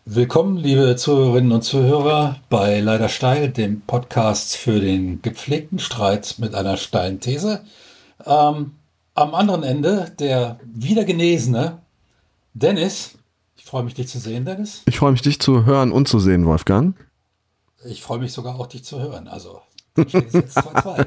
Willkommen, liebe Zuhörerinnen und Zuhörer, bei Leider Steil, dem Podcast für den gepflegten Streit mit einer steilen These. Ähm, Am anderen Ende der wieder genesene Dennis. Ich freue mich, dich zu sehen, Dennis. Ich freue mich, dich zu hören und zu sehen, Wolfgang. Ich freue mich sogar auch, dich zu hören. Also, dann steht es jetzt 2:2.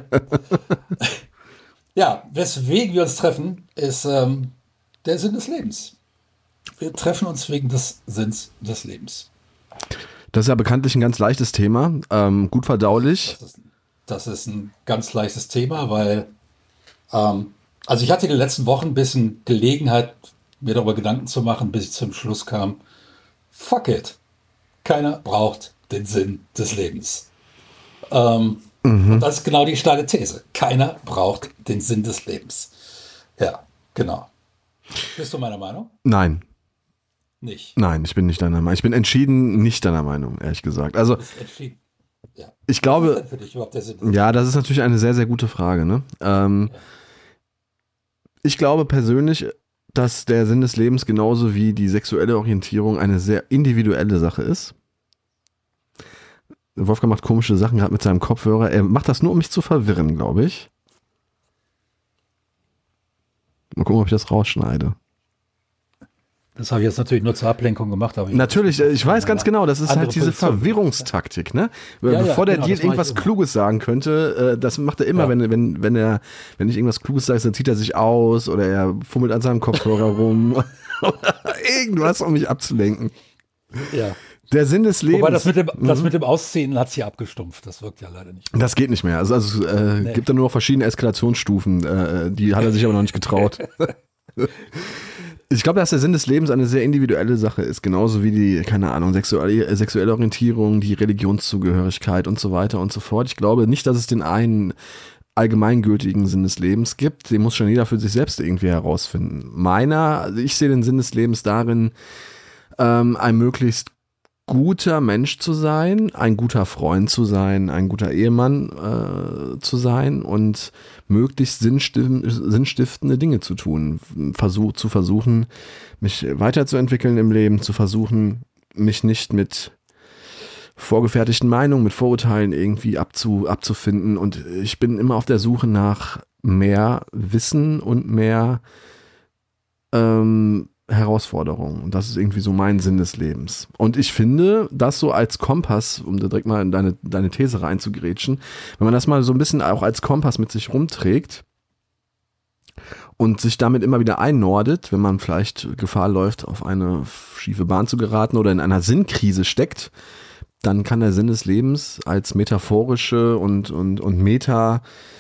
Ja, weswegen wir uns treffen, ist der Sinn des Lebens. Wir treffen uns wegen des Sinns des Lebens. Das ist ja bekanntlich ein ganz leichtes Thema, gut verdaulich. Das ist ein ganz leichtes Thema, weil also ich hatte in den letzten Wochen ein bisschen Gelegenheit, mir darüber Gedanken zu machen, bis ich zum Schluss kam, fuck it, keiner braucht den Sinn des Lebens. Und das ist genau die steile These. Keiner braucht den Sinn des Lebens. Ja, genau. Bist du meiner Meinung? Nein, Nicht. nein, ich bin nicht deiner Meinung. Ich bin entschieden nicht deiner Meinung, ehrlich gesagt. Also, Du bist entschieden. Ja. ich Was ist glaube, denn für dich überhaupt der Sinn des Lebens? ja, das ist natürlich eine sehr, sehr gute Frage, ne? Ich glaube persönlich, dass der Sinn des Lebens genauso wie die sexuelle Orientierung eine sehr individuelle Sache ist. Wolfgang macht komische Sachen gerade mit seinem Kopfhörer. Er macht das nur, um mich zu verwirren, glaube ich. Mal gucken, ob ich das rausschneide. Das habe ich jetzt natürlich nur zur Ablenkung gemacht. Aber Natürlich, ich weiß ganz genau, das ist andere halt diese Position. Verwirrungstaktik, ne? Ja, Bevor der genau, Deal das mache ich irgendwas immer. Kluges sagen könnte, das macht er immer, Ja. wenn ich irgendwas Kluges sage, dann zieht er sich aus oder er fummelt an seinem Kopfhörer rum oder irgendwas, um mich abzulenken. Ja. Der Sinn des Lebens. Wobei das mit dem Ausziehen hat sie abgestumpft. Das wirkt ja leider nicht. Das geht nicht mehr. Also Nee. gibt da nur noch verschiedene Eskalationsstufen. Die hat er sich aber noch nicht getraut. Ich glaube, dass der Sinn des Lebens eine sehr individuelle Sache ist, genauso wie die, keine Ahnung, sexuelle Orientierung, die Religionszugehörigkeit und so weiter und so fort. Ich glaube nicht, dass es den einen allgemeingültigen Sinn des Lebens gibt. Den muss schon jeder für sich selbst irgendwie herausfinden. Also ich sehe den Sinn des Lebens darin, ein möglichst guter Mensch zu sein, ein guter Freund zu sein, ein guter Ehemann zu sein und möglichst sinnstiftende Dinge zu tun. Zu versuchen, mich weiterzuentwickeln im Leben, zu versuchen, mich nicht mit vorgefertigten Meinungen, mit Vorurteilen irgendwie abzufinden. Und ich bin immer auf der Suche nach mehr Wissen und mehr Herausforderungen. Und das ist irgendwie so mein Sinn des Lebens. Und ich finde, das so als Kompass, um da direkt mal in deine These reinzugrätschen, wenn man das mal so ein bisschen auch als Kompass mit sich rumträgt und sich damit immer wieder einnordet, wenn man vielleicht Gefahr läuft, auf eine schiefe Bahn zu geraten oder in einer Sinnkrise steckt, dann kann der Sinn des Lebens als metaphorische und Meta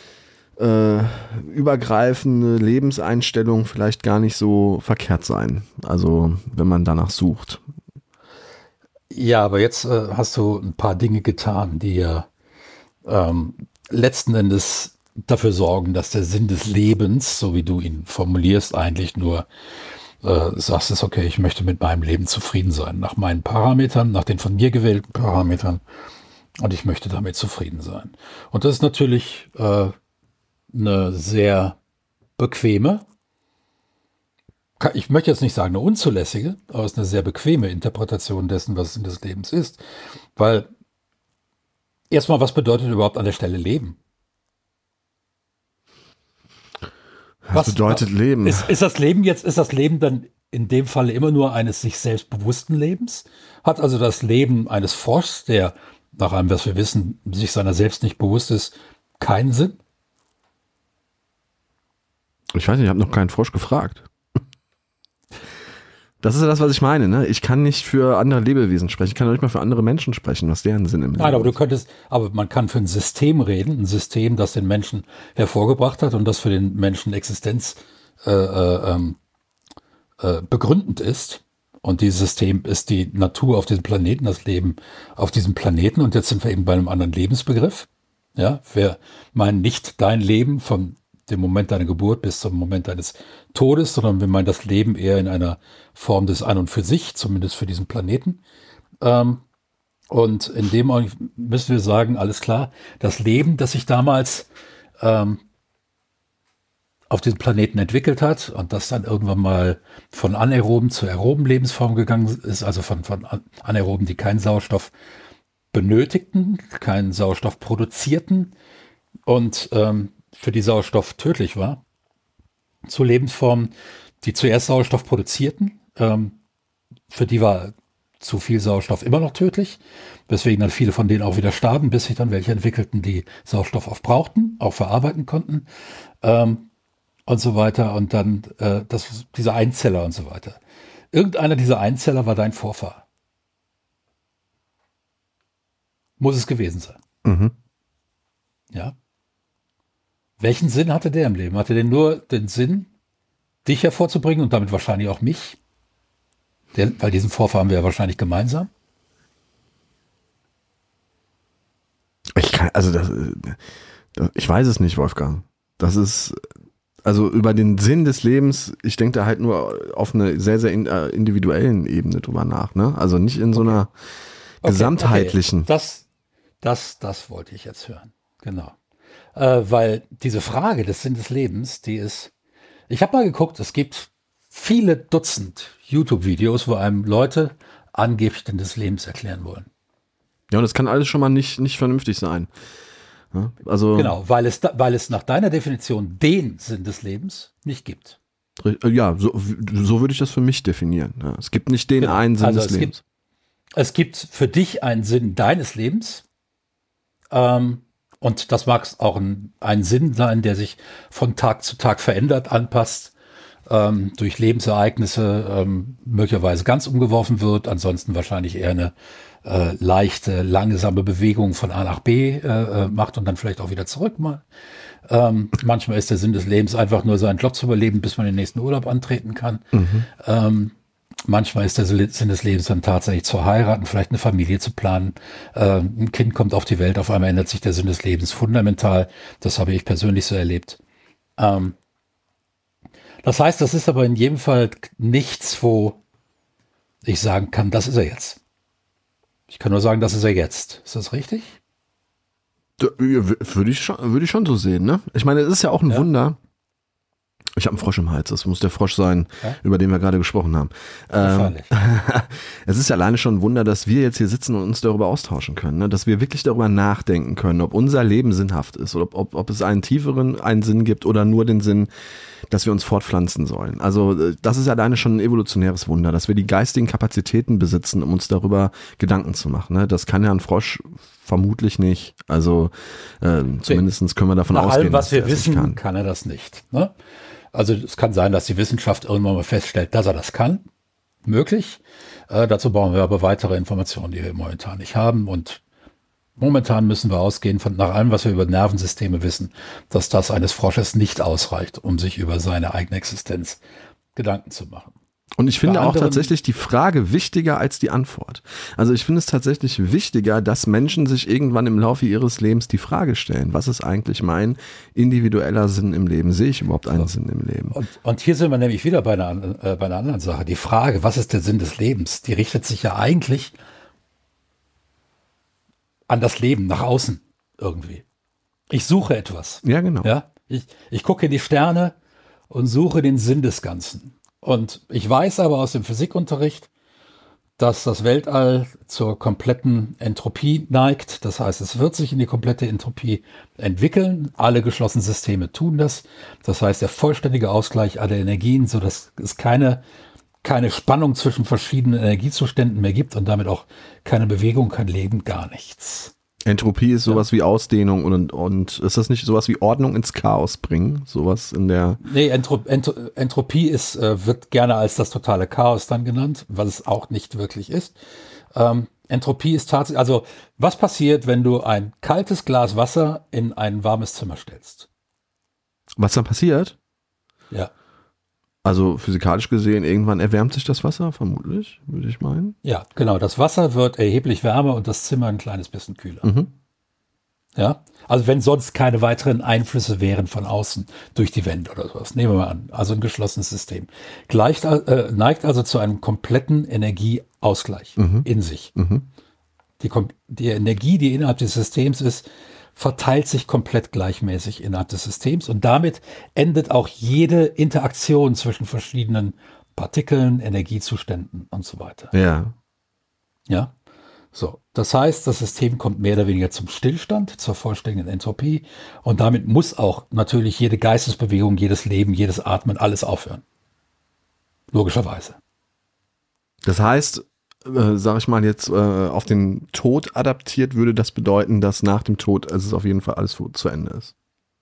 übergreifende Lebenseinstellung vielleicht gar nicht so verkehrt sein. Also wenn man danach sucht. Ja, aber jetzt hast du ein paar Dinge getan, die ja letzten Endes dafür sorgen, dass der Sinn des Lebens, so wie du ihn formulierst, eigentlich nur sagst es, okay, ich möchte mit meinem Leben zufrieden sein, nach meinen Parametern, nach den von mir gewählten Parametern, und ich möchte damit zufrieden sein. Und das ist natürlich eine sehr bequeme, ich möchte jetzt nicht sagen eine unzulässige, aber es ist eine sehr bequeme Interpretation dessen, was Sinn des Lebens ist. Weil erstmal, was bedeutet überhaupt an der Stelle Leben? Was bedeutet Leben? Ist das Leben dann in dem Falle immer nur eines sich selbst bewussten Lebens? Hat also das Leben eines Froschs, der nach allem, was wir wissen, sich seiner selbst nicht bewusst ist, keinen Sinn? Ich weiß nicht, ich habe noch keinen Frosch gefragt. Das ist ja das, was ich meine, ne? Ich kann nicht für andere Lebewesen sprechen. Ich kann auch nicht mal für andere Menschen sprechen, was deren Sinn im Leben Nein, aber ist. aber man kann für ein System reden, ein System, das den Menschen hervorgebracht hat und das für den Menschen Existenz begründend ist. Und dieses System ist die Natur auf diesem Planeten, das Leben auf diesem Planeten. Und jetzt sind wir eben bei einem anderen Lebensbegriff. Ja, wir meinen nicht dein Leben von dem Moment deiner Geburt bis zum Moment deines Todes, sondern wir meinen das Leben eher in einer Form des An und für sich, zumindest für diesen Planeten. Und in dem müssen wir sagen, alles klar, das Leben, das sich damals auf diesem Planeten entwickelt hat und das dann irgendwann mal von anaeroben zu aeroben Lebensformen gegangen ist, also von anaeroben, die keinen Sauerstoff benötigten, keinen Sauerstoff produzierten und für die Sauerstoff tödlich war, zu Lebensformen, die zuerst Sauerstoff produzierten. Für die war zu viel Sauerstoff immer noch tödlich, weswegen dann viele von denen auch wieder starben, bis sich dann welche entwickelten, die Sauerstoff aufbrauchten, auch verarbeiten konnten und so weiter. Und dann diese Einzeller und so weiter. Irgendeiner dieser Einzeller war dein Vorfahr. Muss es gewesen sein. Mhm. Ja. Welchen Sinn hatte der im Leben? Hatte der nur den Sinn, dich hervorzubringen und damit wahrscheinlich auch mich? Weil diesen Vorfahren haben wir ja wahrscheinlich gemeinsam. Ich weiß es nicht, Wolfgang. Das ist, also über den Sinn des Lebens, ich denke da halt nur auf eine sehr, sehr individuellen Ebene drüber nach, ne? Also nicht in so einer gesamtheitlichen. Okay. Das wollte ich jetzt hören. Genau. Weil diese Frage des Sinn des Lebens, ich habe mal geguckt, es gibt viele Dutzend YouTube-Videos, wo einem Leute angeblich den des Lebens erklären wollen. Ja, und das kann alles schon mal nicht vernünftig sein. Ja, also genau, weil es nach deiner Definition den Sinn des Lebens nicht gibt. Ja, so würde ich das für mich definieren. Ja, es gibt nicht den einen Sinn des Lebens. Es gibt für dich einen Sinn deines Lebens. Und das mag auch ein Sinn sein, der sich von Tag zu Tag verändert, anpasst, durch Lebensereignisse möglicherweise ganz umgeworfen wird, ansonsten wahrscheinlich eher eine leichte, langsame Bewegung von A nach B macht und dann vielleicht auch wieder zurück mal. Manchmal ist der Sinn des Lebens einfach nur seinen Job zu überleben, bis man den nächsten Urlaub antreten kann. Manchmal ist der Sinn des Lebens dann tatsächlich zu heiraten, vielleicht eine Familie zu planen. Ein Kind kommt auf die Welt, auf einmal ändert sich der Sinn des Lebens fundamental. Das habe ich persönlich so erlebt. Das heißt, das ist aber in jedem Fall nichts, wo ich sagen kann, das ist er jetzt. Ich kann nur sagen, das ist er jetzt. Ist das richtig? Würde ich schon so sehen, ne? Ich meine, es ist ja auch ein Wunder. Ich habe einen Frosch im Hals, das muss der Frosch sein, über den wir gerade gesprochen haben. Es ist ja alleine schon ein Wunder, dass wir jetzt hier sitzen und uns darüber austauschen können, ne? Dass wir wirklich darüber nachdenken können, ob unser Leben sinnhaft ist oder ob es einen tieferen Sinn gibt oder nur den Sinn, dass wir uns fortpflanzen sollen. Also das ist ja alleine schon ein evolutionäres Wunder, dass wir die geistigen Kapazitäten besitzen, um uns darüber Gedanken zu machen, ne? Das kann ja ein Frosch vermutlich nicht. Also zumindest können wir davon ausgehen, nach allem, was wir dass er wissen, kann er das nicht, ne? Also es kann sein, dass die Wissenschaft irgendwann mal feststellt, dass er das kann. Möglich. Dazu brauchen wir aber weitere Informationen, die wir momentan nicht haben. Und momentan müssen wir ausgehen nach allem, was wir über Nervensysteme wissen, dass das eines Frosches nicht ausreicht, um sich über seine eigene Existenz Gedanken zu machen. Und ich finde auch tatsächlich die Frage wichtiger als die Antwort. Also ich finde es tatsächlich wichtiger, dass Menschen sich irgendwann im Laufe ihres Lebens die Frage stellen, was ist eigentlich mein individueller Sinn im Leben? Sehe ich überhaupt einen Sinn im Leben? Und hier sind wir nämlich wieder bei einer anderen Sache. Die Frage, was ist der Sinn des Lebens? Die richtet sich ja eigentlich an das Leben, nach außen irgendwie. Ich suche etwas. Ja, genau. Ja? Ich gucke in die Sterne und suche den Sinn des Ganzen. Und ich weiß aber aus dem Physikunterricht, dass das Weltall zur kompletten Entropie neigt. Das heißt, es wird sich in die komplette Entropie entwickeln. Alle geschlossenen Systeme tun das. Das heißt, der vollständige Ausgleich aller Energien, sodass es keine Spannung zwischen verschiedenen Energiezuständen mehr gibt und damit auch keine Bewegung, kein Leben, gar nichts. Entropie ist sowas wie Ausdehnung und ist das nicht sowas wie Ordnung ins Chaos bringen? Sowas in der... Nee, Entropie wird gerne als das totale Chaos dann genannt, was es auch nicht wirklich ist. Entropie ist tatsächlich, also was passiert, wenn du ein kaltes Glas Wasser in ein warmes Zimmer stellst? Was dann passiert? Ja. Also physikalisch gesehen, irgendwann erwärmt sich das Wasser, vermutlich, würde ich meinen. Ja, genau. Das Wasser wird erheblich wärmer und das Zimmer ein kleines bisschen kühler. Mhm. Ja, also wenn sonst keine weiteren Einflüsse wären von außen durch die Wände oder sowas. Nehmen wir mal an. Also ein geschlossenes System. Neigt also zu einem kompletten Energieausgleich in sich. Mhm. Die Energie, die innerhalb des Systems ist, verteilt sich komplett gleichmäßig innerhalb des Systems und damit endet auch jede Interaktion zwischen verschiedenen Partikeln, Energiezuständen und so weiter. Ja. Ja, so. Das heißt, das System kommt mehr oder weniger zum Stillstand, zur vollständigen Entropie und damit muss auch natürlich jede Geistesbewegung, jedes Leben, jedes Atmen, alles aufhören. Logischerweise. Das heißt, sage ich mal jetzt, auf den Tod adaptiert, würde das bedeuten, dass nach dem Tod es auf jeden Fall alles zu Ende ist.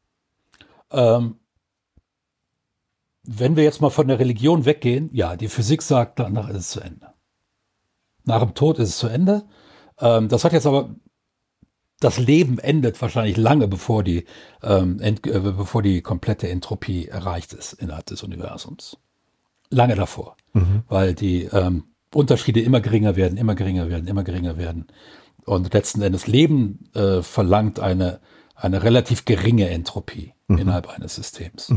Wenn wir jetzt mal von der Religion weggehen, ja, die Physik sagt, danach ist es zu Ende. Nach dem Tod ist es zu Ende. Das hat jetzt aber, das Leben endet wahrscheinlich lange, bevor die komplette Entropie erreicht ist innerhalb des Universums. Lange davor. Weil die Unterschiede immer geringer werden, immer geringer werden, immer geringer werden. Und letzten Endes Leben verlangt eine relativ geringe Entropie innerhalb eines Systems.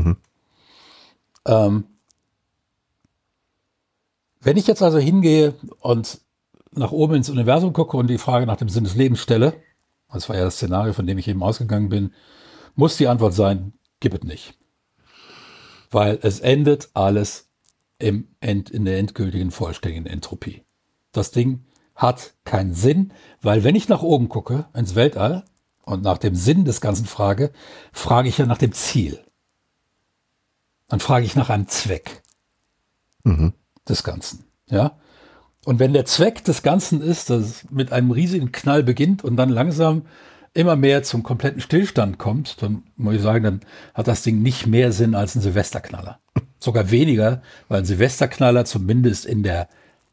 Wenn ich jetzt also hingehe und nach oben ins Universum gucke und die Frage nach dem Sinn des Lebens stelle, das war ja das Szenario, von dem ich eben ausgegangen bin, muss die Antwort sein, gib es nicht. Weil es endet alles in der endgültigen, vollständigen Entropie. Das Ding hat keinen Sinn, weil wenn ich nach oben gucke, ins Weltall, und nach dem Sinn des Ganzen frage ich ja nach dem Ziel. Dann frage ich nach einem Zweck des Ganzen. Ja? Und wenn der Zweck des Ganzen ist, dass es mit einem riesigen Knall beginnt und dann langsam immer mehr zum kompletten Stillstand kommt, dann muss ich sagen, dann hat das Ding nicht mehr Sinn als ein Silvesterknaller. Sogar weniger, weil ein Silvesterknaller zumindest in der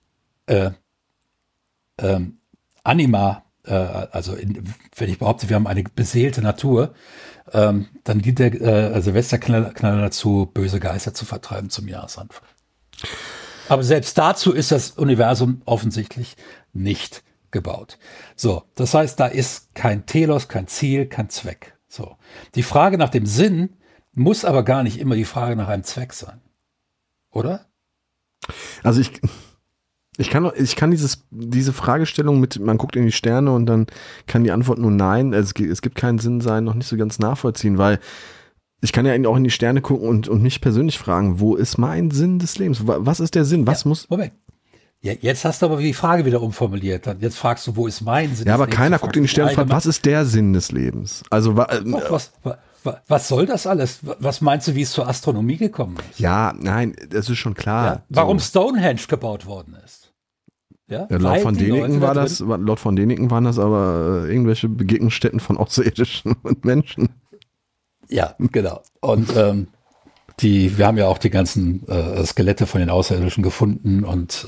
Anima, wenn ich behaupte, wir haben eine beseelte Natur, dann dient der Silvesterknaller dazu, böse Geister zu vertreiben zum Jahresanfang. Aber selbst dazu ist das Universum offensichtlich nicht gebaut. So, das heißt, da ist kein Telos, kein Ziel, kein Zweck. So, die Frage nach dem Sinn muss aber gar nicht immer die Frage nach einem Zweck sein, oder? Also ich kann diese Fragestellung mit, man guckt in die Sterne und dann kann die Antwort nur nein, es gibt keinen Sinn sein, noch nicht so ganz nachvollziehen, weil ich kann ja auch in die Sterne gucken und mich persönlich fragen, wo ist mein Sinn des Lebens? Was ist der Sinn? Was muss... Moment. Ja, jetzt hast du aber die Frage wieder umformuliert. Jetzt fragst du, wo ist mein Sinn? Ja, aber keiner guckt in die Sterne und fragt, was ist der Sinn des Lebens? Also was soll das alles? Was meinst du, wie es zur Astronomie gekommen ist? Ja, nein, das ist schon klar. Ja, warum Stonehenge gebaut worden ist? Ja, laut von Däniken waren das aber irgendwelche Begegnungsstätten von Außerirdischen und Menschen. Ja, genau. Und wir haben ja auch die ganzen Skelette von den Außerirdischen gefunden und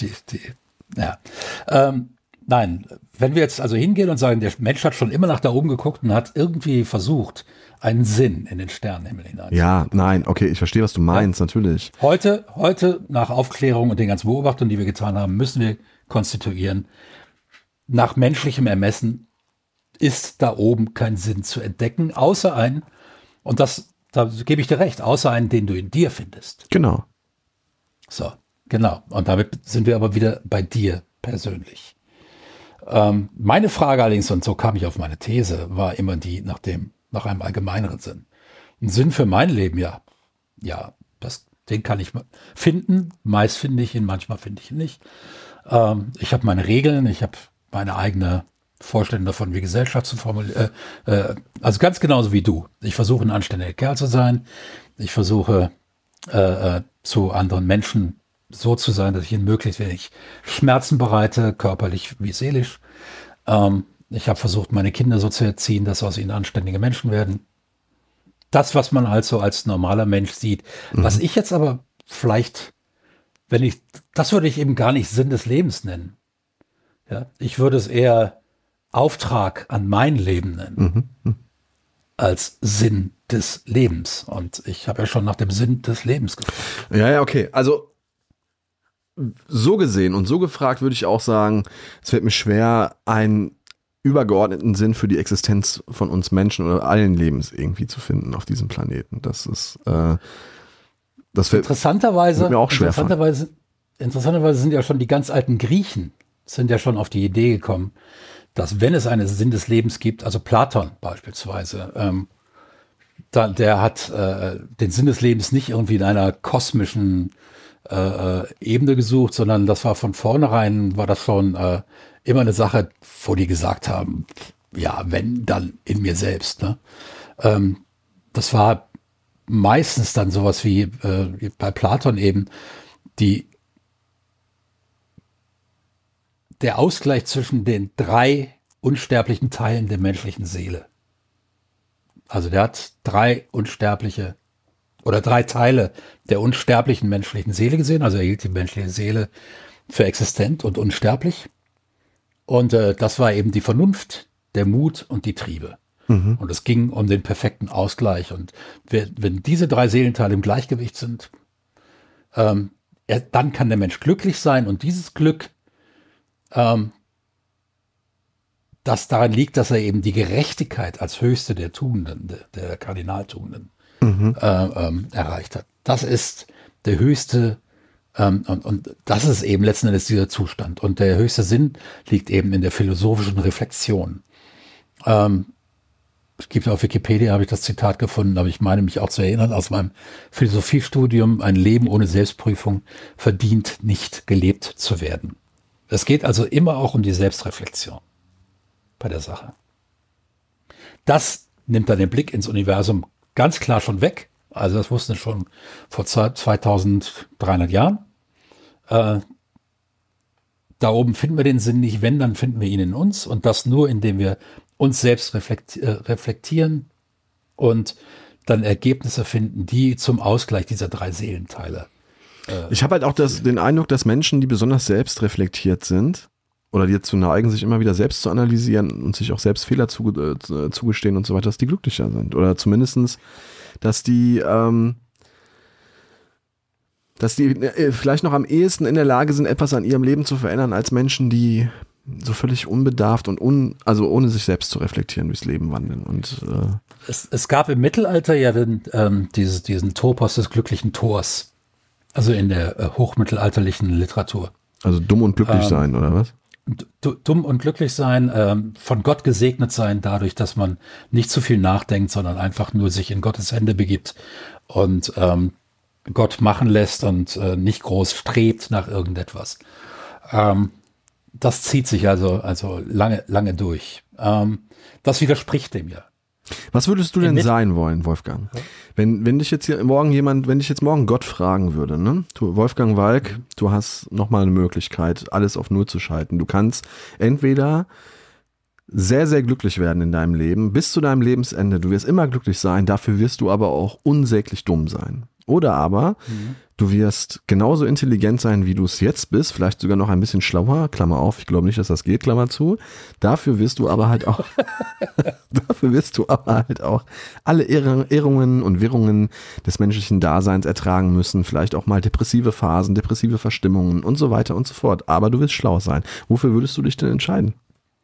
nein, wenn wir jetzt also hingehen und sagen, der Mensch hat schon immer nach da oben geguckt und hat irgendwie versucht, einen Sinn in den Sternenhimmel hinein. Ja, nein, okay, ich verstehe, was du meinst, natürlich. Heute nach Aufklärung und den ganzen Beobachtungen, die wir getan haben, müssen wir konstituieren, nach menschlichem Ermessen ist da oben kein Sinn zu entdecken, außer einen, und da gebe ich dir recht, außer einen, den du in dir findest. Genau. So, genau. Und damit sind wir aber wieder bei dir persönlich. Meine Frage allerdings, und so kam ich auf meine These, war immer die nach einem allgemeineren Sinn. Ein Sinn für mein Leben, ja, den kann ich finden. Meist finde ich ihn, manchmal finde ich ihn nicht. Ich habe meine Regeln, ich habe meine eigene Vorstellung davon, wie Gesellschaft zu formulieren. Also ganz genauso wie du. Ich versuche, ein anständiger Kerl zu sein. Ich versuche, zu anderen Menschen so zu sein, dass ich ihnen möglichst wenig Schmerzen bereite, körperlich wie seelisch. Ich habe versucht, meine Kinder so zu erziehen, dass aus ihnen anständige Menschen werden. Das, was man also als normaler Mensch sieht. Was ich jetzt aber vielleicht, das würde ich eben gar nicht Sinn des Lebens nennen. Ja, ich würde es eher Auftrag an mein Leben nennen, als Sinn des Lebens. Und ich habe ja schon nach dem Sinn des Lebens gefragt. Ja, okay. Also so gesehen und so gefragt würde ich auch sagen, es fällt mir schwer, einen übergeordneten Sinn für die Existenz von uns Menschen oder allen Lebens irgendwie zu finden auf diesem Planeten. Das ist das fällt mir auch schwer. Interessanterweise sind ja schon die ganz alten Griechen sind ja schon auf die Idee gekommen, dass wenn es einen Sinn des Lebens gibt, also Platon beispielsweise, der hat den Sinn des Lebens nicht irgendwie in einer kosmischen Ebene gesucht, sondern das war von vornherein, war das schon immer eine Sache, wo die gesagt haben, ja, wenn, dann in mir selbst. Ne? Das war meistens dann sowas wie bei Platon eben der Ausgleich zwischen den 3 unsterblichen Teilen der menschlichen Seele. Also der hat 3 unsterbliche oder 3 Teile der unsterblichen menschlichen Seele gesehen. Also er hielt die menschliche Seele für existent und unsterblich. Und das war eben die Vernunft, der Mut und die Triebe. Und es ging um den perfekten Ausgleich. Und wenn diese 3 Seelenteile im Gleichgewicht sind, dann kann der Mensch glücklich sein. Und dieses Glück, das daran liegt, dass er eben die Gerechtigkeit als höchste der Tugenden, der Kardinaltugenden erreicht hat. Das ist der höchste, und das ist eben letzten Endes dieser Zustand. Und der höchste Sinn liegt eben in der philosophischen Reflexion. Es gibt auf Wikipedia, habe ich das Zitat gefunden, aber ich meine mich auch zu erinnern, aus meinem Philosophiestudium: ein Leben ohne Selbstprüfung verdient nicht gelebt zu werden. Es geht also immer auch um die Selbstreflexion bei der Sache. Das nimmt dann den Blick ins Universum ganz klar schon weg. Also das wussten wir schon vor 2300 Jahren. Da oben finden wir den Sinn nicht. Wenn, dann finden wir ihn in uns. Und das nur, indem wir uns selbst reflektieren und dann Ergebnisse finden, die zum Ausgleich dieser 3 Seelenteile. Ich habe halt auch den Eindruck, dass Menschen, die besonders selbstreflektiert sind oder die dazu neigen, sich immer wieder selbst zu analysieren und sich auch selbst Fehler zugestehen und so weiter, dass die glücklicher sind. Oder zumindestens, dass die vielleicht noch am ehesten in der Lage sind, etwas an ihrem Leben zu verändern, als Menschen, die so völlig unbedarft und also ohne sich selbst zu reflektieren durchs Leben wandeln. Und es gab im Mittelalter ja diesen Topos des glücklichen Tors. Also in der hochmittelalterlichen Literatur. Also dumm und glücklich sein, oder was? Dumm und glücklich sein, von Gott gesegnet sein, dadurch, dass man nicht zu viel nachdenkt, sondern einfach nur sich in Gottes Hände begibt und Gott machen lässt und nicht groß strebt nach irgendetwas. Das zieht sich also lange durch. Das widerspricht dem ja. Was würdest du denn sein wollen, Wolfgang? Ja. Wenn dich jetzt morgen Gott fragen würde, ne? Du, Wolfgang Walk, du hast nochmal eine Möglichkeit, alles auf Null zu schalten. Du kannst entweder sehr, sehr glücklich werden in deinem Leben, bis zu deinem Lebensende. Du wirst immer glücklich sein, dafür wirst du aber auch unsäglich dumm sein. Oder aber du wirst genauso intelligent sein, wie du es jetzt bist, vielleicht sogar noch ein bisschen schlauer, Klammer auf, ich glaube nicht, dass das geht, Klammer zu. Dafür wirst du aber halt auch alle Irrungen und Wirrungen des menschlichen Daseins ertragen müssen, vielleicht auch mal depressive Phasen, depressive Verstimmungen und so weiter und so fort. Aber du wirst schlau sein. Wofür würdest du dich denn entscheiden?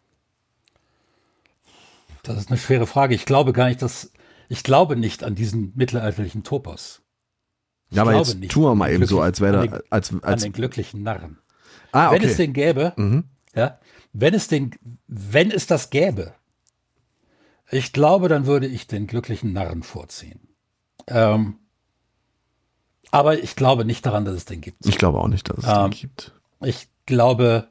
Das ist eine schwere Frage. Ich glaube nicht an diesen mittelalterlichen Topos. Ja, aber jetzt tun wir mal eben so, als wäre da, als an den glücklichen Narren. Okay. Wenn es den gäbe, ja, wenn es das gäbe, ich glaube, dann würde ich den glücklichen Narren vorziehen. Aber ich glaube nicht daran, dass es den gibt. Ich glaube auch nicht, dass es den gibt. Ich glaube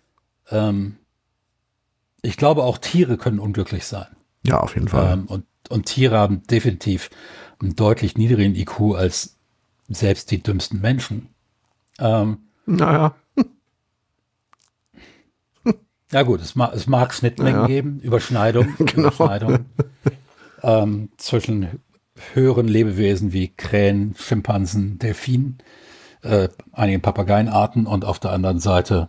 auch, Tiere können unglücklich sein. Ja, auf jeden Fall. Und Tiere haben definitiv einen deutlich niedrigen IQ als selbst die dümmsten Menschen. Naja. Ja gut, es mag Schnittmengen geben, Überschneidung zwischen höheren Lebewesen wie Krähen, Schimpansen, Delfinen, einigen Papageienarten und auf der anderen Seite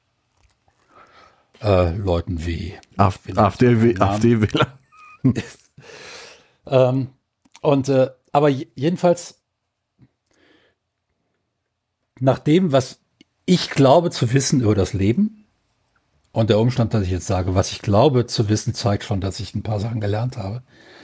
Leuten wie AfD-Wähler. Aber jedenfalls nach dem, was ich glaube zu wissen über das Leben, und der Umstand, dass ich jetzt sage, was ich glaube zu wissen, zeigt schon, dass ich ein paar Sachen gelernt habe,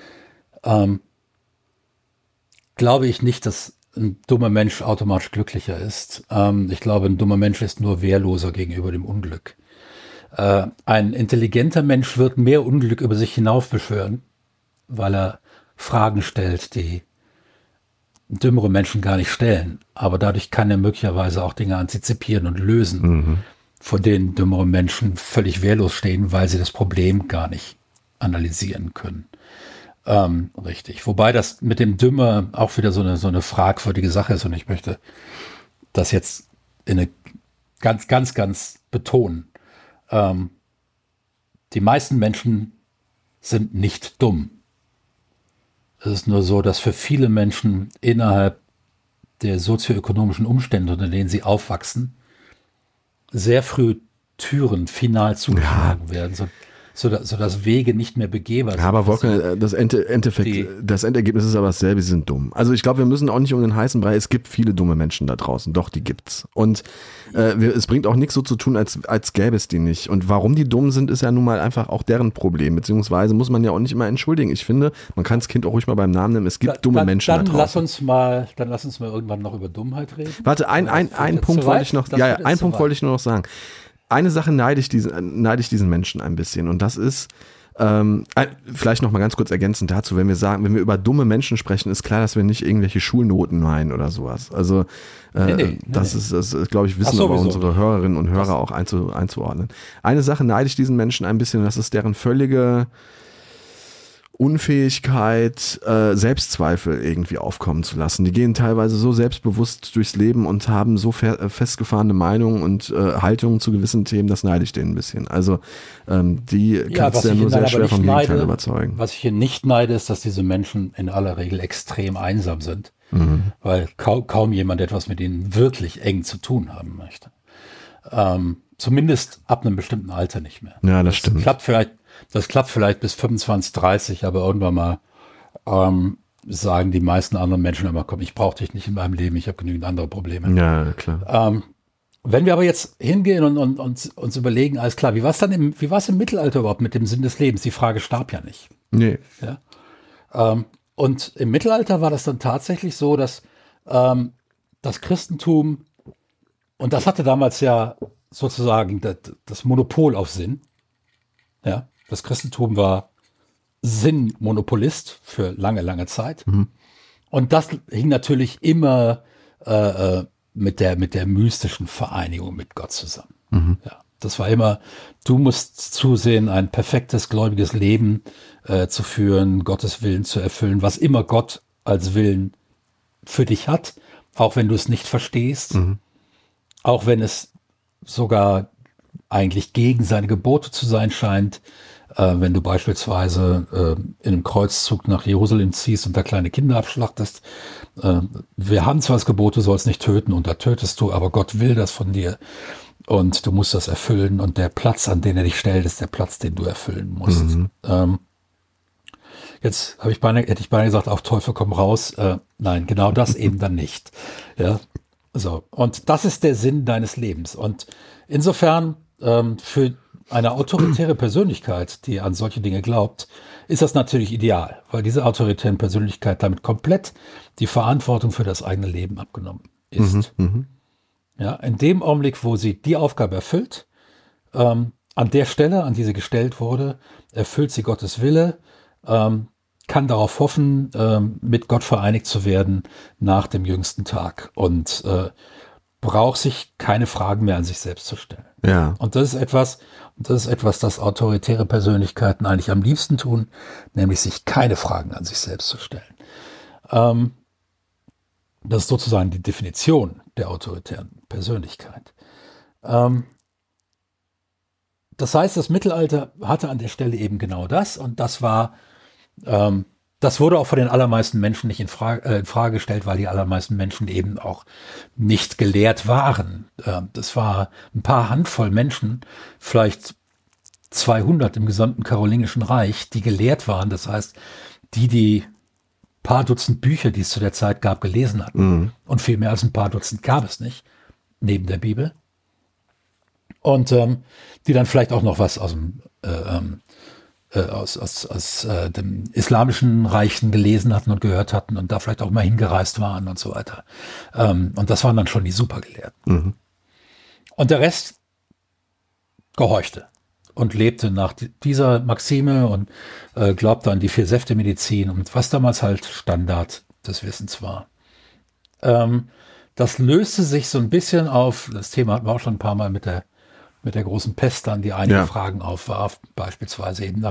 glaube ich nicht, dass ein dummer Mensch automatisch glücklicher ist. Ich glaube, ein dummer Mensch ist nur wehrloser gegenüber dem Unglück. Ein intelligenter Mensch wird mehr Unglück über sich hinaufbeschwören, weil er Fragen stellt, die dümmere Menschen gar nicht stellen. Aber dadurch kann er möglicherweise auch Dinge antizipieren und lösen, von denen dümmere Menschen völlig wehrlos stehen, weil sie das Problem gar nicht analysieren können. Richtig. Wobei das mit dem Dümmer auch wieder so eine fragwürdige Sache ist und ich möchte das jetzt in eine ganz betonen. Die meisten Menschen sind nicht dumm. Es ist nur so, dass für viele Menschen innerhalb der sozioökonomischen Umstände, unter denen sie aufwachsen, sehr früh Türen final zugeschlagen werden, so dass Wege nicht mehr begehbar sind. Ja, aber Wolfgang, das Endergebnis ist aber dasselbe, sie sind dumm. Also ich glaube, wir müssen auch nicht um den heißen Brei, es gibt viele dumme Menschen da draußen, doch, die gibt's. Und es bringt auch nichts so zu tun, als gäbe es die nicht. Und warum die dumm sind, ist ja nun mal einfach auch deren Problem, beziehungsweise muss man ja auch nicht immer entschuldigen. Ich finde, man kann das Kind auch ruhig mal beim Namen nennen, es gibt dumme Menschen da draußen. Dann lass uns mal irgendwann noch über Dummheit reden. Warte, einen Punkt wollte ich noch, wollte ich nur noch sagen. Eine Sache neide ich diesen Menschen ein bisschen und das ist, vielleicht noch mal ganz kurz ergänzend dazu, wenn wir über dumme Menschen sprechen, ist klar, dass wir nicht irgendwelche Schulnoten meinen oder sowas. Also das ist, glaube ich, wissen aber unsere Hörerinnen und Hörer auch einzuordnen. Eine Sache neide ich diesen Menschen ein bisschen, das ist deren völlige Unfähigkeit, Selbstzweifel irgendwie aufkommen zu lassen. Die gehen teilweise so selbstbewusst durchs Leben und haben so festgefahrene Meinungen und Haltungen zu gewissen Themen, das neide ich denen ein bisschen. Also die kannst du ja nur sehr schwer vom Gegenteil überzeugen. Was ich hier nicht neide, ist, dass diese Menschen in aller Regel extrem einsam sind, weil kaum jemand etwas mit ihnen wirklich eng zu tun haben möchte. Zumindest ab einem bestimmten Alter nicht mehr. Ja, das stimmt. Das klappt vielleicht bis 25, 30, aber irgendwann mal sagen die meisten anderen Menschen immer, komm, ich brauche dich nicht in meinem Leben, ich habe genügend andere Probleme. Ja, klar. Wenn wir aber jetzt hingehen und uns überlegen, alles klar, wie war es im Mittelalter überhaupt mit dem Sinn des Lebens? Die Frage starb ja nicht. Nee. Ja? Und im Mittelalter war das dann tatsächlich so, dass das Christentum, und das hatte damals ja sozusagen das Monopol auf Sinn, ja, das Christentum war Sinnmonopolist für lange Zeit. Und das hing natürlich immer mit der mystischen Vereinigung mit Gott zusammen. Ja, das war immer, du musst zusehen, ein perfektes gläubiges Leben zu führen, Gottes Willen zu erfüllen, was immer Gott als Willen für dich hat, auch wenn du es nicht verstehst, auch wenn es sogar eigentlich gegen seine Gebote zu sein scheint. Wenn du beispielsweise in einem Kreuzzug nach Jerusalem ziehst und da kleine Kinder abschlachtest. Wir haben zwar das Gebot, du sollst nicht töten und da tötest du, aber Gott will das von dir und du musst das erfüllen und der Platz, an den er dich stellt, ist der Platz, den du erfüllen musst. Jetzt hätte ich beinahe gesagt, auf Teufel komm raus. Nein, genau das eben dann nicht. Ja, so. Und das ist der Sinn deines Lebens. Und insofern für eine autoritäre Persönlichkeit, die an solche Dinge glaubt, ist das natürlich ideal, weil diese autoritären Persönlichkeit damit komplett die Verantwortung für das eigene Leben abgenommen ist. Ja, in dem Augenblick, wo sie die Aufgabe erfüllt, an der Stelle, an die sie gestellt wurde, erfüllt sie Gottes Wille, kann darauf hoffen, mit Gott vereinigt zu werden nach dem jüngsten Tag und braucht sich keine Fragen mehr an sich selbst zu stellen. Ja. Und das ist etwas, das autoritäre Persönlichkeiten eigentlich am liebsten tun, nämlich sich keine Fragen an sich selbst zu stellen. Das ist sozusagen die Definition der autoritären Persönlichkeit. Das heißt, das Mittelalter hatte an der Stelle eben genau das und das wurde auch von den allermeisten Menschen nicht in Frage gestellt, weil die allermeisten Menschen eben auch nicht gelehrt waren. Das war ein paar Handvoll Menschen, vielleicht 200 im gesamten Karolingischen Reich, die gelehrt waren. Das heißt, die paar Dutzend Bücher, die es zu der Zeit gab, gelesen hatten. Und viel mehr als ein paar Dutzend gab es nicht, neben der Bibel. Und die dann vielleicht auch noch was aus dem islamischen Reichen gelesen hatten und gehört hatten und da vielleicht auch mal hingereist waren und so weiter. Und das waren dann schon die Supergelehrten. Und der Rest gehorchte. und lebte nach dieser Maxime und glaubte an die 4-Säfte-Medizin und was damals halt Standard des Wissens war. Das löste sich so ein bisschen auf, das Thema hatten wir auch schon ein paar Mal mit der großen Pest dann, die einige Fragen aufwarf, beispielsweise eben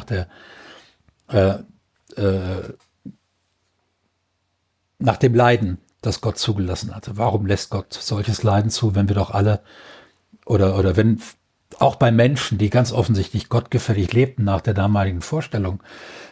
nach dem Leiden, das Gott zugelassen hatte. Warum lässt Gott solches Leiden zu, wenn wir doch alle oder wenn auch bei Menschen, die ganz offensichtlich gottgefällig lebten nach der damaligen Vorstellung,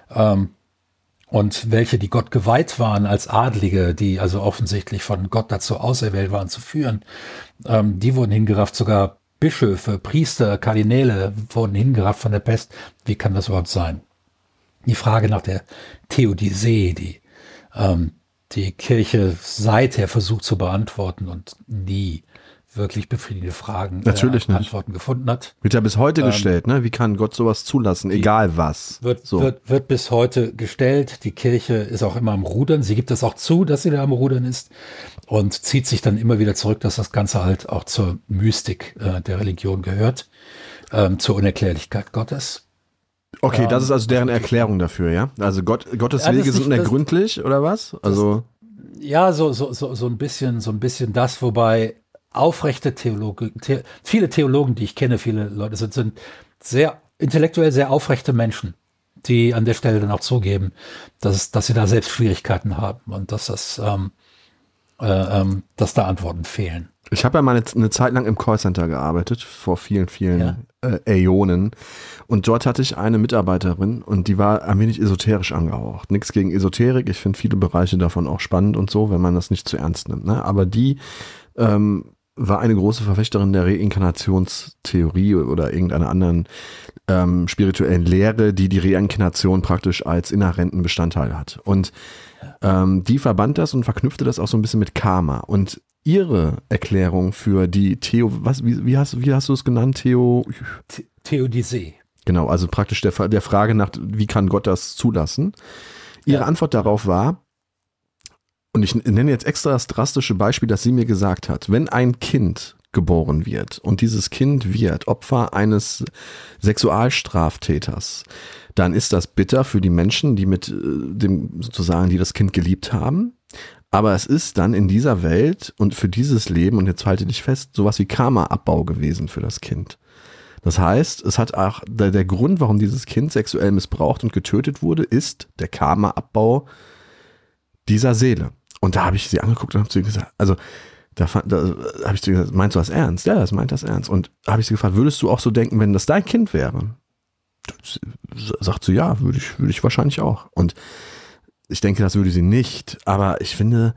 und welche, die Gott geweiht waren als Adlige, die also offensichtlich von Gott dazu auserwählt waren zu führen, die wurden hingerafft, sogar Bischöfe, Priester, Kardinäle wurden hingerafft von der Pest. Wie kann das überhaupt sein? Die Frage nach der Theodizee, die Kirche seither versucht zu beantworten und nie wirklich befriedigende Antworten gefunden hat. Wird ja bis heute gestellt, ne? Wie kann Gott sowas zulassen, egal was? Wird bis heute gestellt. Die Kirche ist auch immer am Rudern. Sie gibt es auch zu, dass sie da am Rudern ist und zieht sich dann immer wieder zurück, dass das Ganze halt auch zur Mystik der Religion gehört, zur Unerklärlichkeit Gottes. Okay, das ist also deren Erklärung dafür, ja? Also Gottes Wege sind unergründlich, oder was? Also so ein bisschen das, wobei aufrechte viele Theologen, die ich kenne, viele Leute sind sehr intellektuell sehr aufrechte Menschen, die an der Stelle dann auch zugeben, dass sie da selbst Schwierigkeiten haben und dass da Antworten fehlen. Ich habe ja mal eine Zeit lang im Callcenter gearbeitet, vor vielen Äonen. Und dort hatte ich eine Mitarbeiterin und die war ein wenig esoterisch angehaucht. Nichts gegen Esoterik, ich finde viele Bereiche davon auch spannend und so, wenn man das nicht zu ernst nimmt. Ne? Aber die war eine große Verfechterin der Reinkarnationstheorie oder irgendeiner anderen spirituellen Lehre, die Reinkarnation praktisch als inhärenten Bestandteil hat. Und die verband das und verknüpfte das auch so ein bisschen mit Karma. Und ihre Erklärung für die wie hast du es genannt? Theodizee. Genau, also praktisch der Frage nach, wie kann Gott das zulassen? Ihre Antwort darauf war, und ich nenne jetzt extra das drastische Beispiel, das sie mir gesagt hat, wenn ein Kind geboren wird und dieses Kind wird Opfer eines Sexualstraftäters, dann ist das bitter für die Menschen, die die das Kind geliebt haben. Aber es ist dann in dieser Welt und für dieses Leben, und jetzt halte dich fest, sowas wie Karma-Abbau gewesen für das Kind. Das heißt, es hat auch der Grund, warum dieses Kind sexuell missbraucht und getötet wurde, ist der Karma-Abbau dieser Seele. Und da habe ich sie angeguckt und habe zu ihr gesagt, also da habe ich zu ihr gesagt, meinst du das ernst? Ja, das meint das ernst. Und da habe ich sie gefragt, würdest du auch so denken, wenn das dein Kind wäre? Sagt sie, ja, würde ich wahrscheinlich auch. Und ich denke, das würde sie nicht, aber ich finde,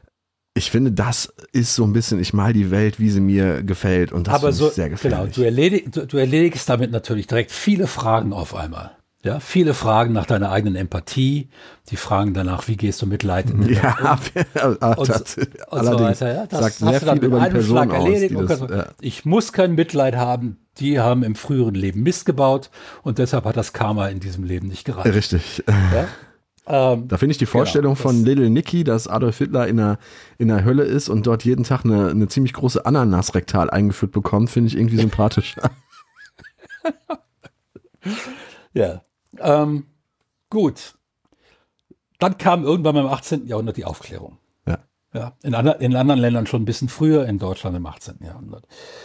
das ist so ein bisschen, ich mal die Welt, wie sie mir gefällt und das ist sehr gefährlich. Genau, du erledigst damit natürlich direkt viele Fragen auf einmal. Ja, viele Fragen nach deiner eigenen Empathie, die Fragen danach, wie gehst du mit Leid in den und so weiter. Ja, das sagt sehr viel über die Person aus. Ich muss kein Mitleid haben, die haben im früheren Leben Mist gebaut und deshalb hat das Karma in diesem Leben nicht gereicht. Richtig. Ja? Da finde ich die Vorstellung von Little Nicky, dass Adolf Hitler in der Hölle ist und dort jeden Tag eine ziemlich große Ananas rektal eingeführt bekommt, finde ich irgendwie sympathisch. Ja, gut. Dann kam irgendwann im 18. Jahrhundert die Aufklärung. Ja, in anderen Ländern schon ein bisschen früher, in Deutschland im 18. Jahrhundert.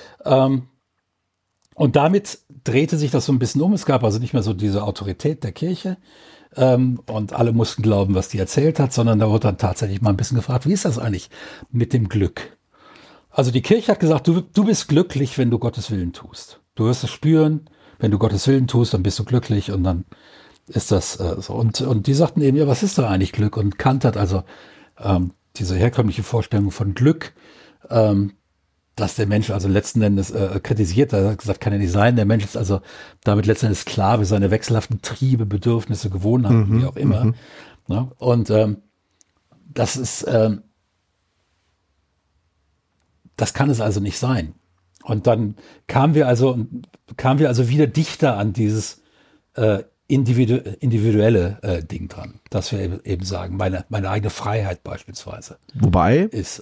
Und damit drehte sich das so ein bisschen um. Es gab also nicht mehr so diese Autorität der Kirche. Und alle mussten glauben, was die erzählt hat, sondern da wurde dann tatsächlich mal ein bisschen gefragt, wie ist das eigentlich mit dem Glück? Also die Kirche hat gesagt, du bist glücklich, wenn du Gottes Willen tust. Du wirst es spüren, wenn du Gottes Willen tust, dann bist du glücklich und dann ist das so. Und die sagten eben, ja, was ist da eigentlich Glück? Und Kant hat also diese herkömmliche Vorstellung von Glück, dass der Mensch also letzten Endes kritisiert, er hat gesagt, kann ja nicht sein, der Mensch ist also damit letzten Endes Sklave seiner wechselhaften Triebe, Bedürfnisse, Gewohnheiten, wie auch immer. Ne? Und das ist, das kann es also nicht sein. Und dann kamen wir also wieder dichter an dieses individuelle Ding dran, dass wir eben sagen, meine eigene Freiheit beispielsweise. Wobei ist,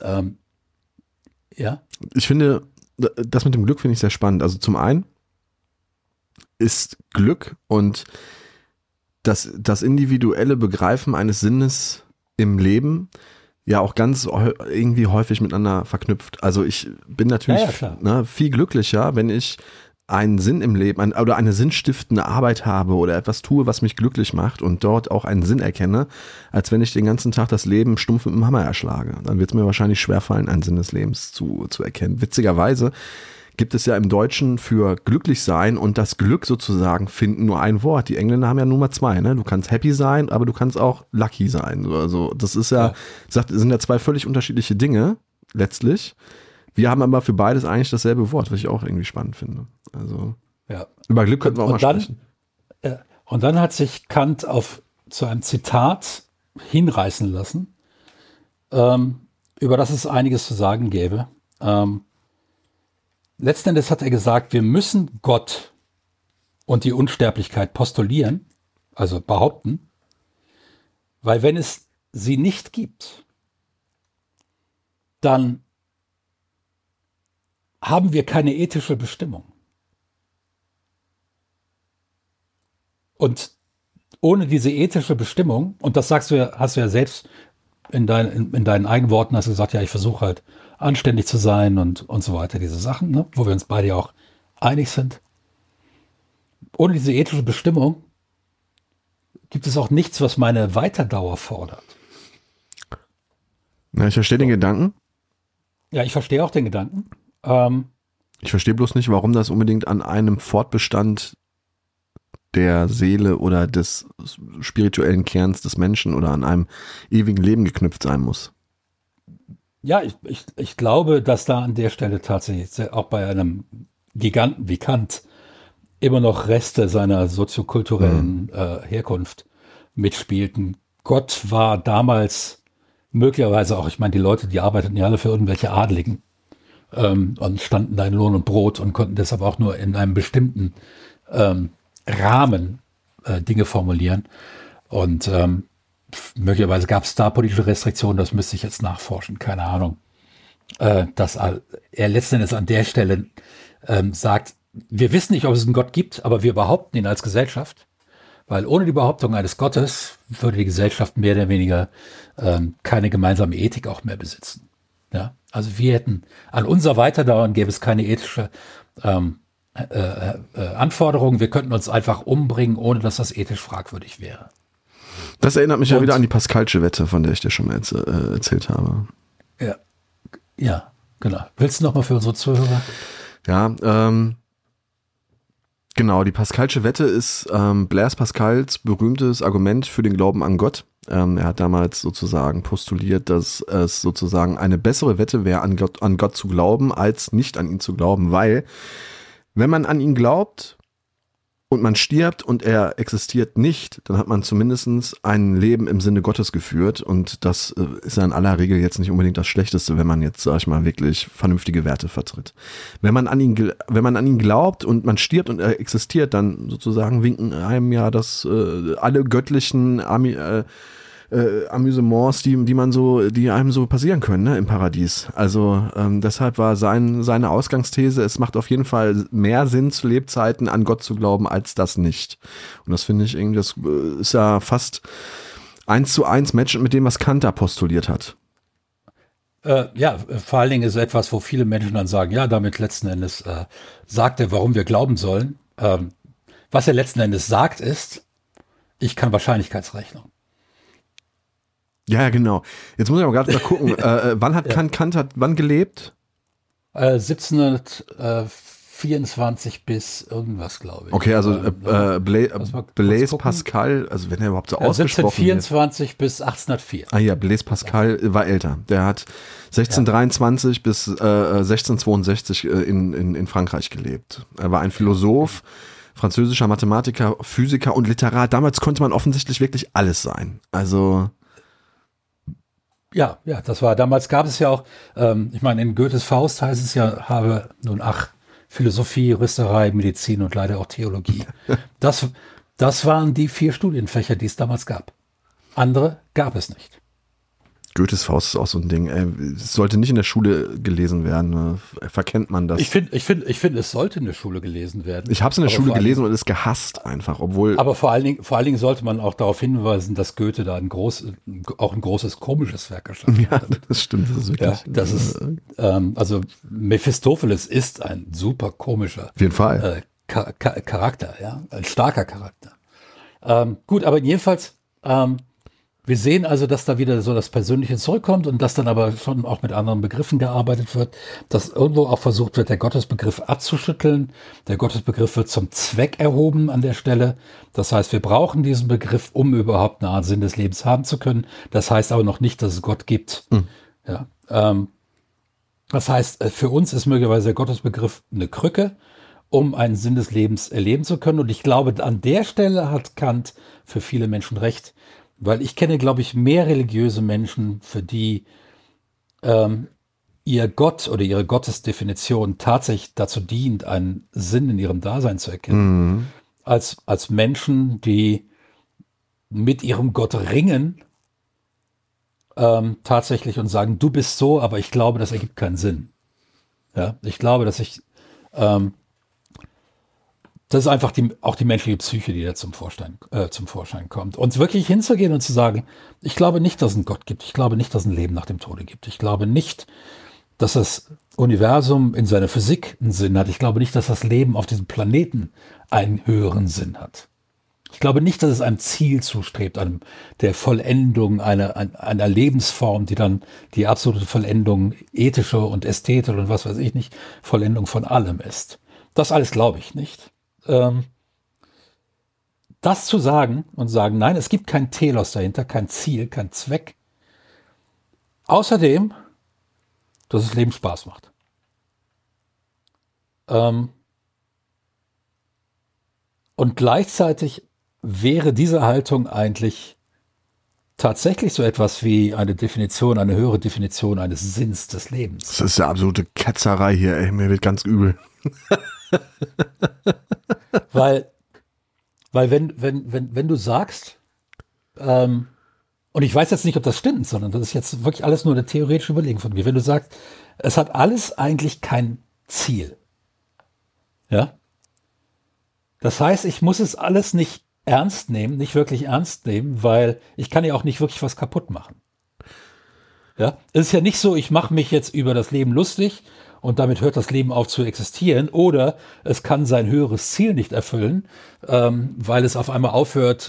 ich finde, das mit dem Glück finde ich sehr spannend. Also zum einen ist Glück und das individuelle Begreifen eines Sinnes im Leben ja auch ganz irgendwie häufig miteinander verknüpft. Also ich bin natürlich viel glücklicher, wenn ich einen Sinn im Leben oder eine sinnstiftende Arbeit habe oder etwas tue, was mich glücklich macht und dort auch einen Sinn erkenne, als wenn ich den ganzen Tag das Leben stumpf mit dem Hammer erschlage. Dann wird es mir wahrscheinlich schwerfallen, einen Sinn des Lebens zu erkennen. Witzigerweise gibt es ja im Deutschen für glücklich sein und das Glück sozusagen finden nur ein Wort. Die Engländer haben ja Nummer 2, ne? Du kannst happy sein, aber du kannst auch lucky sein. Also das ist sind ja zwei völlig unterschiedliche Dinge letztlich. Wir haben aber für beides eigentlich dasselbe Wort, was ich auch irgendwie spannend finde. Also über Glück könnten wir auch mal sprechen. Und dann hat sich Kant zu einem Zitat hinreißen lassen, über das es einiges zu sagen gäbe. Letzten Endes hat er gesagt, wir müssen Gott und die Unsterblichkeit postulieren, also behaupten, weil wenn es sie nicht gibt, dann haben wir keine ethische Bestimmung. Und ohne diese ethische Bestimmung, und das hast du ja selbst in deinen eigenen Worten, hast du gesagt, ja, ich versuche halt anständig zu sein und so weiter, diese Sachen, ne, wo wir uns beide ja auch einig sind. Ohne diese ethische Bestimmung gibt es auch nichts, was meine Weiterdauer fordert. Na, ich verstehe den Gedanken. Ja, ich verstehe auch den Gedanken. Ich verstehe bloß nicht, warum das unbedingt an einem Fortbestand der Seele oder des spirituellen Kerns des Menschen oder an einem ewigen Leben geknüpft sein muss. Ja, ich glaube, dass da an der Stelle tatsächlich auch bei einem Giganten wie Kant immer noch Reste seiner soziokulturellen Herkunft mitspielten. Gott war damals möglicherweise auch, ich meine, die Leute, die arbeiteten ja alle für irgendwelche Adligen und standen da in Lohn und Brot und konnten deshalb auch nur in einem bestimmten Rahmen Dinge formulieren. Und möglicherweise gab es da politische Restriktionen, das müsste ich jetzt nachforschen, keine Ahnung. Dass er letzten Endes an der Stelle sagt, wir wissen nicht, ob es einen Gott gibt, aber wir behaupten ihn als Gesellschaft, weil ohne die Behauptung eines Gottes würde die Gesellschaft mehr oder weniger keine gemeinsame Ethik auch mehr besitzen. Ja? Also wir hätten, an unser Weiterdauern gäbe es keine ethische Anforderungen, wir könnten uns einfach umbringen, ohne dass das ethisch fragwürdig wäre. Das erinnert mich ja wieder an die Pascalsche Wette, von der ich dir schon mal erzählt habe. Ja, genau. Willst du noch mal für unsere Zuhörer? Ja, genau, die Pascalsche Wette ist Blaise Pascals berühmtes Argument für den Glauben an Gott. Er hat damals sozusagen postuliert, dass es sozusagen eine bessere Wette wäre, an Gott zu glauben, als nicht an ihn zu glauben, weil wenn man an ihn glaubt und man stirbt und er existiert nicht, dann hat man zumindest ein Leben im Sinne Gottes geführt und das ist ja in aller Regel jetzt nicht unbedingt das Schlechteste, wenn man jetzt, sag ich mal, wirklich vernünftige Werte vertritt. Wenn man an ihn glaubt und man stirbt und er existiert, dann sozusagen winken einem ja das alle göttlichen Amüsements, die einem so passieren können, ne, im Paradies. Also deshalb war seine Ausgangsthese, es macht auf jeden Fall mehr Sinn zu Lebzeiten an Gott zu glauben, als das nicht. Und das finde ich irgendwie, das ist ja fast 1:1 matchend mit dem, was Kant da postuliert hat. Ja, vor allen Dingen ist es etwas, wo viele Menschen dann sagen, ja, damit letzten Endes sagt er, warum wir glauben sollen. Was er letzten Endes sagt ist, ich kann Wahrscheinlichkeitsrechnung. Ja, genau. Jetzt muss ich aber gerade mal gucken, wann hat Kant wann gelebt? 1724 bis irgendwas, glaube ich. Okay, also Blaise Pascal, also wenn er überhaupt so ausgesprochen 1724 bis 1804. Ah ja, Blaise Pascal war älter. Der hat 1623 bis 1662 in Frankreich gelebt. Er war ein Philosoph, französischer Mathematiker, Physiker und Literat. Damals konnte man offensichtlich wirklich alles sein. Also Ja, damals gab es ja auch, ich meine, in Goethes Faust heißt es ja, habe nun Philosophie, Juristerei, Medizin und leider auch Theologie. Das waren die 4 Studienfächer, die es damals gab. Andere gab es nicht. Goethes Faust ist auch so ein Ding. Es sollte nicht in der Schule gelesen werden. Ne? Verkennt man das? Ich finde, es sollte in der Schule gelesen werden. Ich habe es in der Schule gelesen und es gehasst einfach, obwohl. Aber vor allen Dingen sollte man auch darauf hinweisen, dass Goethe da auch ein großes komisches Werk erschaffen hat. Ja, das stimmt. Das ist wirklich. Ja, das ist, also Mephistopheles ist ein super komischer Auf jeden Fall. Charakter, ja, ein starker Charakter. Gut, aber jedenfalls, wir sehen also, dass da wieder so das Persönliche zurückkommt und dass dann aber schon auch mit anderen Begriffen gearbeitet wird, dass irgendwo auch versucht wird, der Gottesbegriff abzuschütteln. Der Gottesbegriff wird zum Zweck erhoben an der Stelle. Das heißt, wir brauchen diesen Begriff, um überhaupt eine Art Sinn des Lebens haben zu können. Das heißt aber noch nicht, dass es Gott gibt. Ja, das heißt, für uns ist möglicherweise der Gottesbegriff eine Krücke, um einen Sinn des Lebens erleben zu können. Und ich glaube, an der Stelle hat Kant für viele Menschen recht. Weil ich kenne, glaube ich, mehr religiöse Menschen, für die ihr Gott oder ihre Gottesdefinition tatsächlich dazu dient, einen Sinn in ihrem Dasein zu erkennen, als Menschen, die mit ihrem Gott ringen, tatsächlich und sagen, du bist so, aber ich glaube, das ergibt keinen Sinn. Ja, ich glaube, dass das ist einfach auch die menschliche Psyche, die da zum Vorschein kommt. Und wirklich hinzugehen und zu sagen, ich glaube nicht, dass es einen Gott gibt. Ich glaube nicht, dass es ein Leben nach dem Tode gibt. Ich glaube nicht, dass das Universum in seiner Physik einen Sinn hat. Ich glaube nicht, dass das Leben auf diesem Planeten einen höheren Sinn hat. Ich glaube nicht, dass es einem Ziel zustrebt, der Vollendung einer Lebensform, die dann die absolute Vollendung ethische und ästhetische und was weiß ich nicht, Vollendung von allem ist. Das alles glaube ich nicht. Das zu sagen und sagen, nein, es gibt kein Telos dahinter, kein Ziel, kein Zweck. Außerdem, dass das Leben Spaß macht. Und gleichzeitig wäre diese Haltung eigentlich tatsächlich so etwas wie eine höhere Definition eines Sinns des Lebens. Das ist ja absolute Ketzerei hier, ey. Mir wird ganz übel. Weil wenn du sagst, und ich weiß jetzt nicht, ob das stimmt, sondern das ist jetzt wirklich alles nur eine theoretische Überlegung von mir. Wenn du sagst, es hat alles eigentlich kein Ziel. Ja? Das heißt, ich muss es alles nicht wirklich ernst nehmen, weil ich kann ja auch nicht wirklich was kaputt machen. Ja? Es ist ja nicht so, ich mache mich jetzt über das Leben lustig und damit hört das Leben auf zu existieren, oder es kann sein höheres Ziel nicht erfüllen, weil es auf einmal aufhört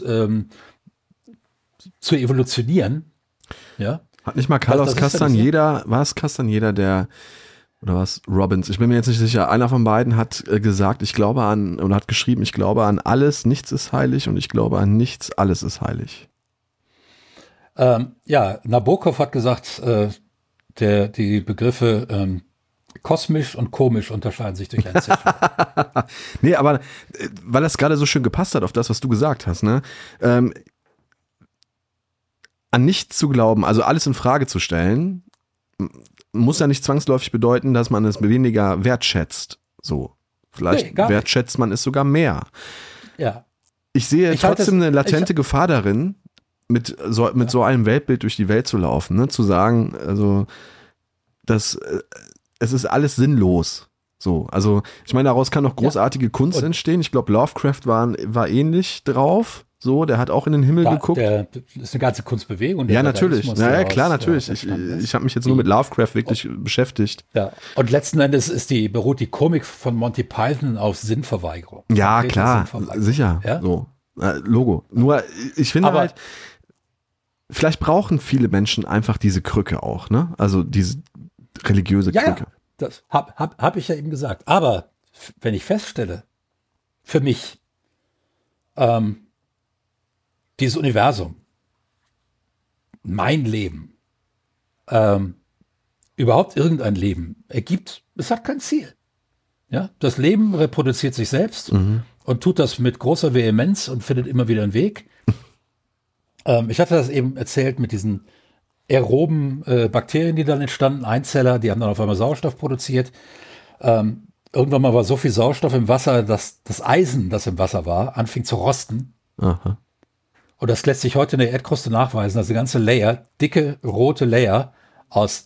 zu evolutionieren. Ja? Hat nicht mal Carlos Castaneda, war es Castaneda, oder was, Robbins, ich bin mir jetzt nicht sicher, einer von beiden hat gesagt, hat geschrieben, ich glaube an alles, nichts ist heilig, und ich glaube an nichts, alles ist heilig. Nabokov hat gesagt, die Begriffe kosmisch und komisch unterscheiden sich durch ein Ziffern. Nee, aber weil das gerade so schön gepasst hat auf das, was du gesagt hast, ne? An nichts zu glauben, also alles in Frage zu stellen, muss ja nicht zwangsläufig bedeuten, dass man es weniger wertschätzt. So. Vielleicht wertschätzt man es sogar mehr. Ja. Ich sehe trotzdem eine latente Gefahr darin, mit so einem Weltbild durch die Welt zu laufen, ne? Zu sagen, also, dass es ist alles sinnlos. So, also ich meine, daraus kann noch großartige Kunst entstehen. Ich glaube, Lovecraft war ähnlich drauf. So, der hat auch in den Himmel geguckt. Das ist eine ganze Kunstbewegung. Ja, natürlich. Naja, klar, natürlich. Ich habe mich jetzt nur mit Lovecraft wirklich beschäftigt. Ja. Und letzten Endes beruht die Komik von Monty Python auf Sinnverweigerung. Ja, klar, sicher. Ja? So, Logo. Nur, ich finde vielleicht brauchen viele Menschen einfach diese Krücke auch, ne? Also diese religiöse Krücke. Ja, das hab ich ja eben gesagt. Aber wenn ich feststelle, für mich, dieses Universum, mein Leben, überhaupt irgendein Leben es hat kein Ziel. Ja? Das Leben reproduziert sich selbst und tut das mit großer Vehemenz und findet immer wieder einen Weg. Ich hatte das eben erzählt mit diesen aeroben Bakterien, die dann entstanden, Einzeller, die haben dann auf einmal Sauerstoff produziert. Irgendwann mal war so viel Sauerstoff im Wasser, dass das Eisen, das im Wasser war, anfing zu rosten. Aha. Und das lässt sich heute in der Erdkruste nachweisen, dass eine ganze Layer, dicke rote Layer aus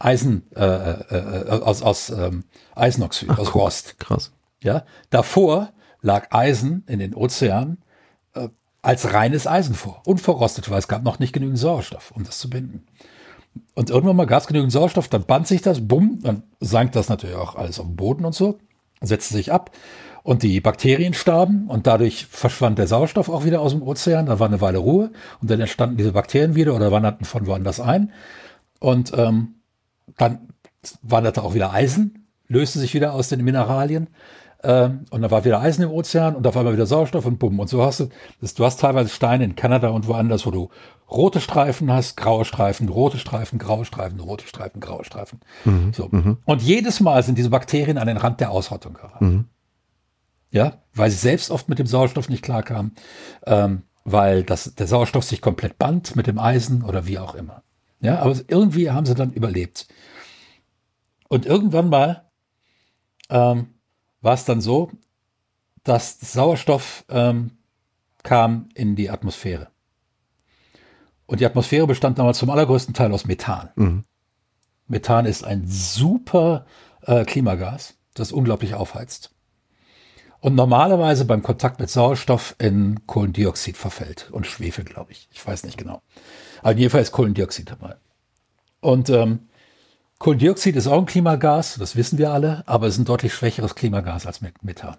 Eisenoxid, aus Rost. Krass. Ja, davor lag Eisen in den Ozeanen als reines Eisen vor, unverrostet, weil es gab noch nicht genügend Sauerstoff, um das zu binden. Und irgendwann mal gab es genügend Sauerstoff, dann band sich das, bumm, dann sank das natürlich auch alles auf den Boden und so, setzte sich ab und die Bakterien starben und dadurch verschwand der Sauerstoff auch wieder aus dem Ozean, da war eine Weile Ruhe und dann entstanden diese Bakterien wieder oder wanderten von woanders ein und dann wanderte auch wieder Eisen, löste sich wieder aus den Mineralien. Und dann war wieder Eisen im Ozean und auf einmal wieder Sauerstoff und bumm. Und so hast du hast teilweise Steine in Kanada und woanders, wo du rote Streifen hast, graue Streifen, rote Streifen, graue Streifen, rote Streifen, graue Streifen. So. Und jedes Mal sind diese Bakterien an den Rand der Ausrottung geraten. Ja, weil sie selbst oft mit dem Sauerstoff nicht klarkamen, weil der Sauerstoff sich komplett band mit dem Eisen oder wie auch immer. Ja, aber irgendwie haben sie dann überlebt. Und irgendwann mal war es dann so, dass Sauerstoff kam in die Atmosphäre. Und die Atmosphäre bestand damals zum allergrößten Teil aus Methan. Methan ist ein super Klimagas, das unglaublich aufheizt. Und normalerweise beim Kontakt mit Sauerstoff in Kohlendioxid verfällt und Schwefel, glaube ich. Ich weiß nicht genau. Aber jedenfalls ist Kohlendioxid dabei. Und Kohlendioxid ist auch ein Klimagas, das wissen wir alle, aber es ist ein deutlich schwächeres Klimagas als Methan.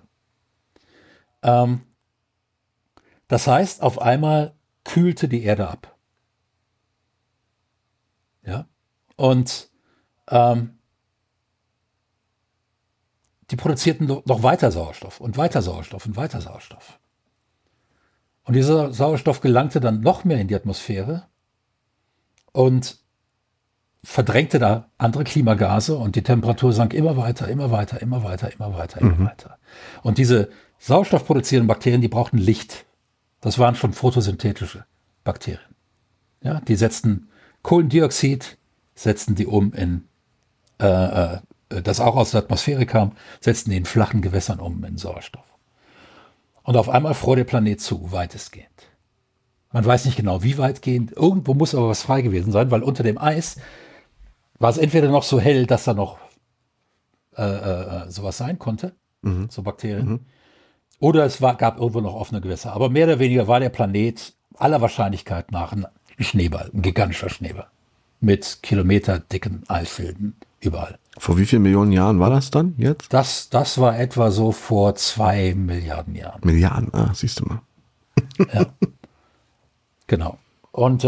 Das heißt, auf einmal kühlte die Erde ab. Ja? Und die produzierten noch weiter Sauerstoff und weiter Sauerstoff und weiter Sauerstoff. Und dieser Sauerstoff gelangte dann noch mehr in die Atmosphäre und verdrängte da andere Klimagase und die Temperatur sank immer weiter, immer weiter, immer weiter, immer weiter, immer weiter. Und diese sauerstoffproduzierenden Bakterien, die brauchten Licht. Das waren schon photosynthetische Bakterien. Ja, die setzten Kohlendioxid, setzten die um in, das auch aus der Atmosphäre kam, setzten die in flachen Gewässern um in Sauerstoff. Und auf einmal fror der Planet zu, weitestgehend. Man weiß nicht genau, wie weitgehend. Irgendwo muss aber was frei gewesen sein, weil unter dem Eis war es entweder noch so hell, dass da noch sowas sein konnte, so Bakterien, oder es gab irgendwo noch offene Gewässer. Aber mehr oder weniger war der Planet aller Wahrscheinlichkeit nach ein Schneeball, ein gigantischer Schneeball mit kilometerdicken Eisschilden überall. Vor wie vielen Millionen Jahren war das dann jetzt? Das war etwa so vor 2 Milliarden Jahren. Milliarden, siehst du mal. Ja. Genau. Und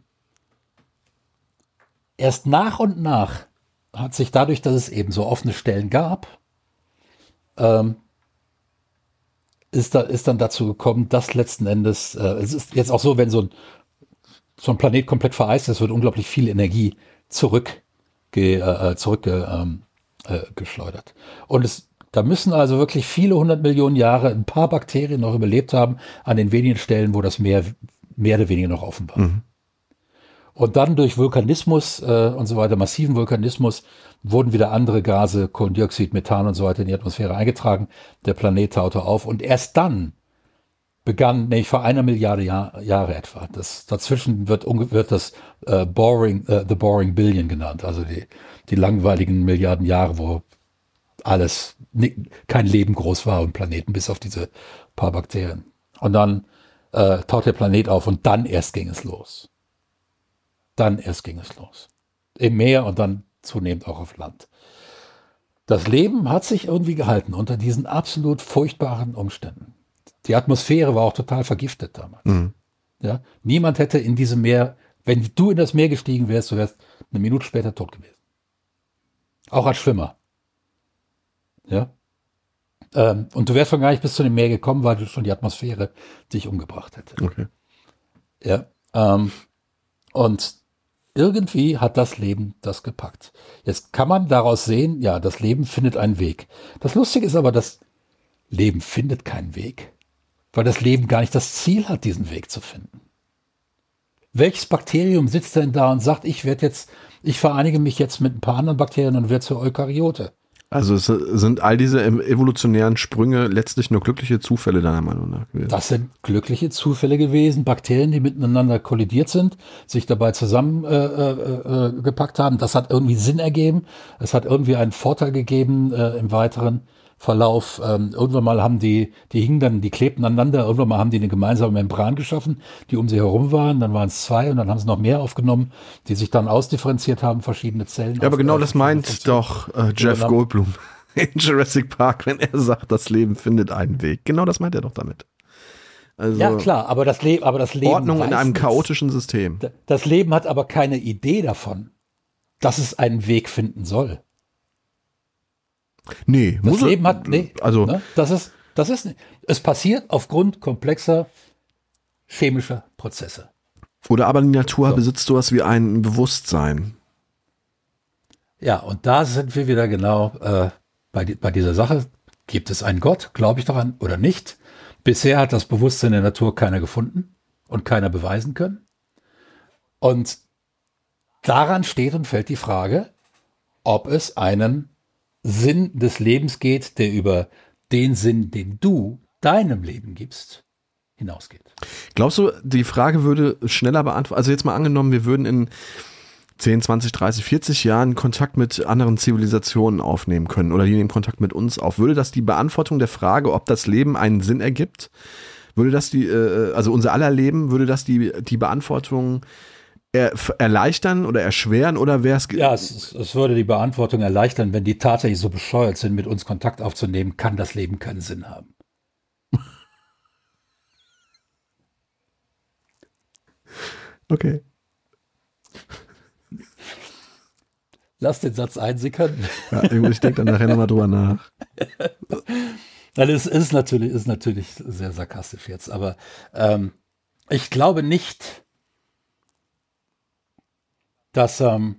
erst nach und nach hat sich dadurch, dass es eben so offene Stellen gab, ist dann dazu gekommen, dass letzten Endes, es ist jetzt auch so, wenn so ein Planet komplett vereist ist, wird unglaublich viel Energie zurückgeschleudert. Und da müssen also wirklich viele 100 Millionen Jahre ein paar Bakterien noch überlebt haben, an den wenigen Stellen, wo das Meer mehr oder weniger noch offen war. Und dann durch Vulkanismus und so weiter, massiven Vulkanismus, wurden wieder andere Gase, Kohlendioxid, Methan und so weiter in die Atmosphäre eingetragen. Der Planet taute auf und erst dann begann, nämlich vor 1 Milliarde Jahre etwa, dazwischen wird das the boring billion genannt, also die langweiligen Milliarden Jahre, wo alles, kein Leben groß war und Planeten, bis auf diese paar Bakterien. Und dann taucht der Planet auf und dann erst ging es los. Im Meer und dann zunehmend auch auf Land. Das Leben hat sich irgendwie gehalten unter diesen absolut furchtbaren Umständen. Die Atmosphäre war auch total vergiftet damals. Ja? Niemand hätte in diesem Meer, wenn du in das Meer gestiegen wärst, du wärst eine Minute später tot gewesen. Auch als Schwimmer. Ja? Und du wärst schon gar nicht bis zu dem Meer gekommen, weil du schon die Atmosphäre dich umgebracht hätte. Okay. Ja. Und irgendwie hat das Leben das gepackt. Jetzt kann man daraus sehen, ja, das Leben findet einen Weg. Das Lustige ist aber, das Leben findet keinen Weg, weil das Leben gar nicht das Ziel hat, diesen Weg zu finden. Welches Bakterium sitzt denn da und sagt, ich vereinige mich jetzt mit ein paar anderen Bakterien und werde zur Eukaryote? Also es sind all diese evolutionären Sprünge letztlich nur glückliche Zufälle deiner Meinung nach gewesen? Das sind glückliche Zufälle gewesen, Bakterien, die miteinander kollidiert sind, sich dabei zusammengepackt haben. Das hat irgendwie Sinn ergeben. Es hat irgendwie einen Vorteil gegeben im weiteren Verlauf. Irgendwann mal haben die klebten aneinander, irgendwann mal haben die eine gemeinsame Membran geschaffen, die um sie herum waren. Dann waren es 2 und dann haben sie noch mehr aufgenommen, die sich dann ausdifferenziert haben, verschiedene Zellen. Ja, aber genau das meint doch Jeff Goldblum in Jurassic Park, wenn er sagt, das Leben findet einen Weg. Genau das meint er doch damit. Also ja, klar, aber das Leben Ordnung in einem chaotischen System. Das Leben hat aber keine Idee davon, dass es einen Weg finden soll. Nee, das Leben hat, also ne, es passiert aufgrund komplexer chemischer Prozesse. Oder aber die Natur besitzt sowas wie ein Bewusstsein. Ja, und da sind wir wieder genau bei dieser Sache. Gibt es einen Gott? Glaube ich daran oder nicht? Bisher hat das Bewusstsein der Natur keiner gefunden und keiner beweisen können. Und daran steht und fällt die Frage, ob es einen Sinn des Lebens geht, der über den Sinn, den du deinem Leben gibst, hinausgeht. Glaubst du, die Frage würde schneller beantwortet? Also jetzt mal angenommen, wir würden in 10, 20, 30, 40 Jahren Kontakt mit anderen Zivilisationen aufnehmen können oder die nehmen Kontakt mit uns auf. Würde das die Beantwortung der Frage, ob das Leben einen Sinn ergibt, würde das also unser aller Leben, würde das die Beantwortung erleichtern oder erschweren oder wäre es... Ja, es würde die Beantwortung erleichtern, wenn die tatsächlich so bescheuert sind, mit uns Kontakt aufzunehmen, kann das Leben keinen Sinn haben. Okay. Lass den Satz einsickern. Ja, ich denke dann nachher nochmal drüber nach. Es ist natürlich sehr sarkastisch jetzt, aber ich glaube nicht, dass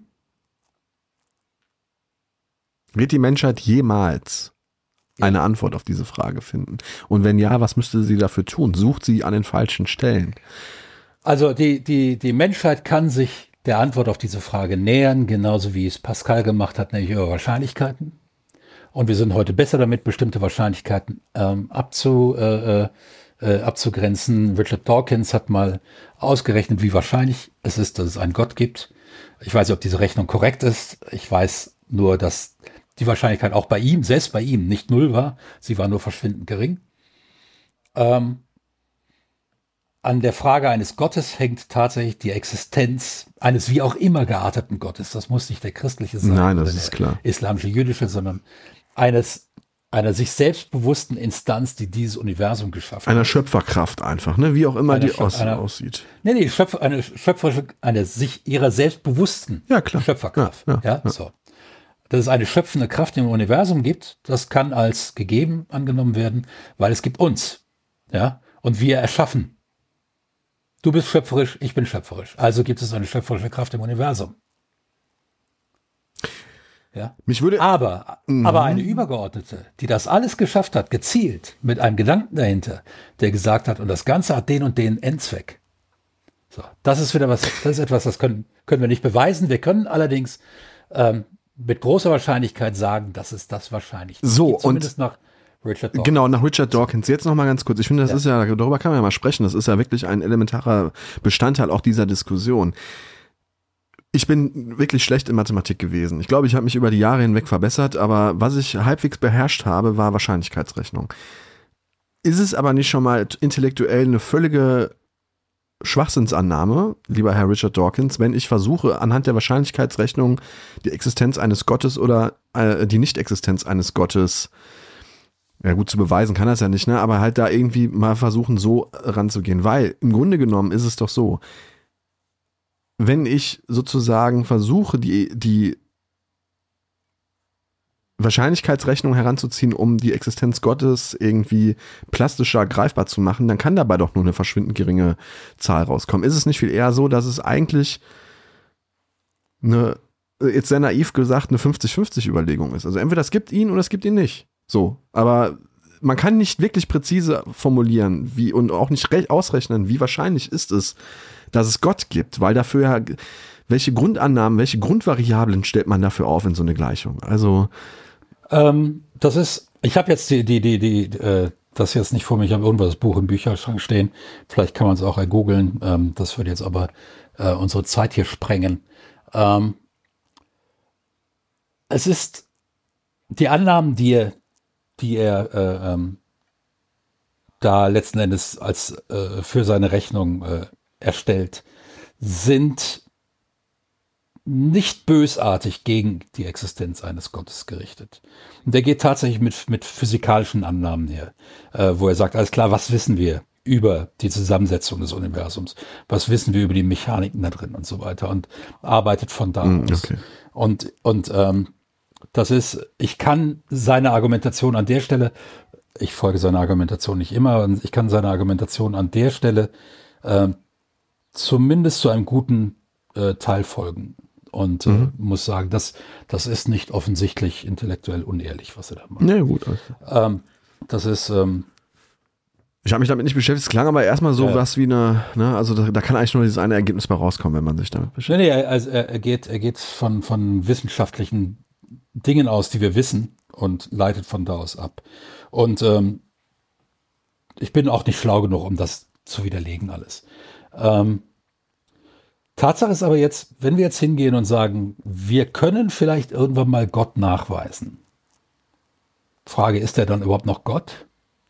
wird die Menschheit jemals eine Antwort auf diese Frage finden? Und wenn ja, was müsste sie dafür tun? Sucht sie an den falschen Stellen? Also die Menschheit kann sich der Antwort auf diese Frage nähern, genauso wie es Pascal gemacht hat, nämlich über Wahrscheinlichkeiten. Und wir sind heute besser damit, bestimmte Wahrscheinlichkeiten abzugrenzen. Richard Dawkins hat mal ausgerechnet, wie wahrscheinlich es ist, dass es einen Gott gibt. Ich weiß nicht, ob diese Rechnung korrekt ist. Ich weiß nur, dass die Wahrscheinlichkeit auch selbst bei ihm, nicht 0 war. Sie war nur verschwindend gering. An der Frage eines Gottes hängt tatsächlich die Existenz eines wie auch immer gearteten Gottes. Das muss nicht der christliche sein. Nein, das ist klar. Islamische, jüdische, sondern einer sich selbstbewussten Instanz, die dieses Universum geschaffen hat. Einer Schöpferkraft einfach, ne? Wie auch immer die aussieht. Nee, eine schöpferische, sich ihrer selbstbewussten Schöpferkraft. Ja. So. Dass es eine schöpfende Kraft im Universum gibt, das kann als gegeben angenommen werden, weil es gibt uns. Ja. Und wir erschaffen. Du bist schöpferisch, ich bin schöpferisch. Also gibt es eine schöpferische Kraft im Universum. Ja. Aber eine übergeordnete, die das alles geschafft hat, gezielt, mit einem Gedanken dahinter, der gesagt hat, und das Ganze hat den und den Endzweck. So, das ist etwas, das können wir nicht beweisen. Wir können allerdings mit großer Wahrscheinlichkeit sagen, dass es das wahrscheinlich ist. So, zumindest nach Richard Dawkins. Genau, nach Richard Dawkins. Jetzt noch mal ganz kurz. Ich finde, das ist ja, darüber kann man ja mal sprechen. Das ist ja wirklich ein elementarer Bestandteil auch dieser Diskussion. Ich bin wirklich schlecht in Mathematik gewesen. Ich glaube, ich habe mich über die Jahre hinweg verbessert, aber was ich halbwegs beherrscht habe, war Wahrscheinlichkeitsrechnung. Ist es aber nicht schon mal intellektuell eine völlige Schwachsinnsannahme, lieber Herr Richard Dawkins, wenn ich versuche, anhand der Wahrscheinlichkeitsrechnung die Existenz eines Gottes oder die Nicht-Existenz eines Gottes ja gut, zu beweisen kann das ja nicht, ne? Aber halt da irgendwie mal versuchen, so ranzugehen. Weil im Grunde genommen ist es doch so, wenn ich sozusagen versuche, die Wahrscheinlichkeitsrechnung heranzuziehen, um die Existenz Gottes irgendwie plastischer greifbar zu machen, dann kann dabei doch nur eine verschwindend geringe Zahl rauskommen. Ist es nicht viel eher so, dass es eigentlich jetzt sehr naiv gesagt, eine 50-50 Überlegung ist? Also entweder es gibt ihn oder es gibt ihn nicht. So, aber man kann nicht wirklich präzise formulieren und auch nicht ausrechnen, wie wahrscheinlich ist es, dass es Gott gibt, weil dafür ja, welche Grundannahmen, welche Grundvariablen stellt man dafür auf in so eine Gleichung? Also Ich habe jetzt das jetzt nicht vor mir, ich habe irgendwo das Buch im Bücherschrank stehen. Vielleicht kann man es auch ergoogeln. Das würde jetzt aber unsere Zeit hier sprengen. Es ist die Annahmen, die er da letzten Endes als für seine Rechnung erstellt, sind nicht bösartig gegen die Existenz eines Gottes gerichtet. Und der geht tatsächlich mit physikalischen Annahmen her, wo er sagt, alles klar, was wissen wir über die Zusammensetzung des Universums? Was wissen wir über die Mechaniken da drin und so weiter? Und arbeitet von da aus. Okay. Und das ist, ich kann seine Argumentation an der Stelle, ich folge seiner Argumentation nicht immer, und ich kann seiner Argumentation an der Stelle zumindest zu einem guten Teil folgen. Und muss sagen, das ist nicht offensichtlich intellektuell unehrlich, was er da macht. Ja, gut. Das ist. Ich habe mich damit nicht beschäftigt. Es klang aber erstmal so was wie eine, ne, also da kann eigentlich nur dieses eine Ergebnis bei rauskommen, wenn man sich damit beschäftigt. Nee, also er geht von wissenschaftlichen Dingen aus, die wir wissen, und leitet von da aus ab. Und ich bin auch nicht schlau genug, um das zu widerlegen alles. Tatsache ist aber jetzt, wenn wir jetzt hingehen und sagen, wir können vielleicht irgendwann mal Gott nachweisen. Frage, ist er dann überhaupt noch Gott?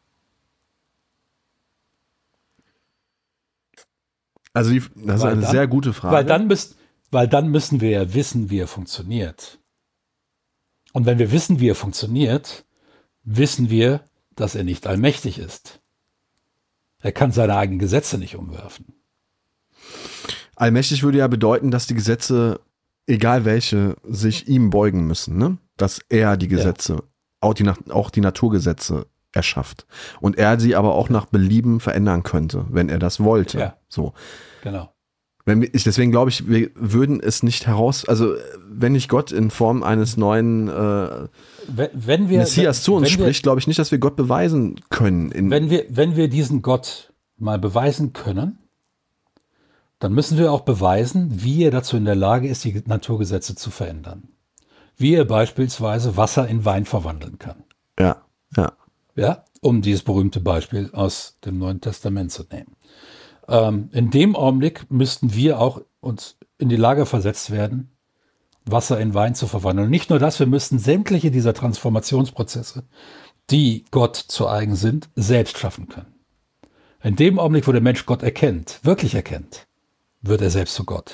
Also das ist eine sehr gute Frage. Weil dann müssen wir ja wissen, wie er funktioniert. Und wenn wir wissen, wie er funktioniert, wissen wir, dass er nicht allmächtig ist. Er kann seine eigenen Gesetze nicht umwerfen. Allmächtig würde ja bedeuten, dass die Gesetze, egal welche, sich ihm beugen müssen, ne? Dass er die Gesetze, auch die Naturgesetze erschafft. Und er sie aber auch nach Belieben verändern könnte, wenn er das wollte. Ja. So. Genau. Deswegen glaube ich, wir würden es nicht also wenn nicht Gott in Form eines neuen Messias zu uns spricht, glaube ich nicht, dass wir Gott beweisen können. Wenn wir diesen Gott mal beweisen können, dann müssen wir auch beweisen, wie er dazu in der Lage ist, die Naturgesetze zu verändern. Wie er beispielsweise Wasser in Wein verwandeln kann. Ja. Ja, um dieses berühmte Beispiel aus dem Neuen Testament zu nehmen. In dem Augenblick müssten wir auch uns in die Lage versetzt werden, Wasser in Wein zu verwandeln. Und nicht nur das, wir müssten sämtliche dieser Transformationsprozesse, die Gott zu eigen sind, selbst schaffen können. In dem Augenblick, wo der Mensch Gott erkennt, wirklich erkennt, wird er selbst zu Gott.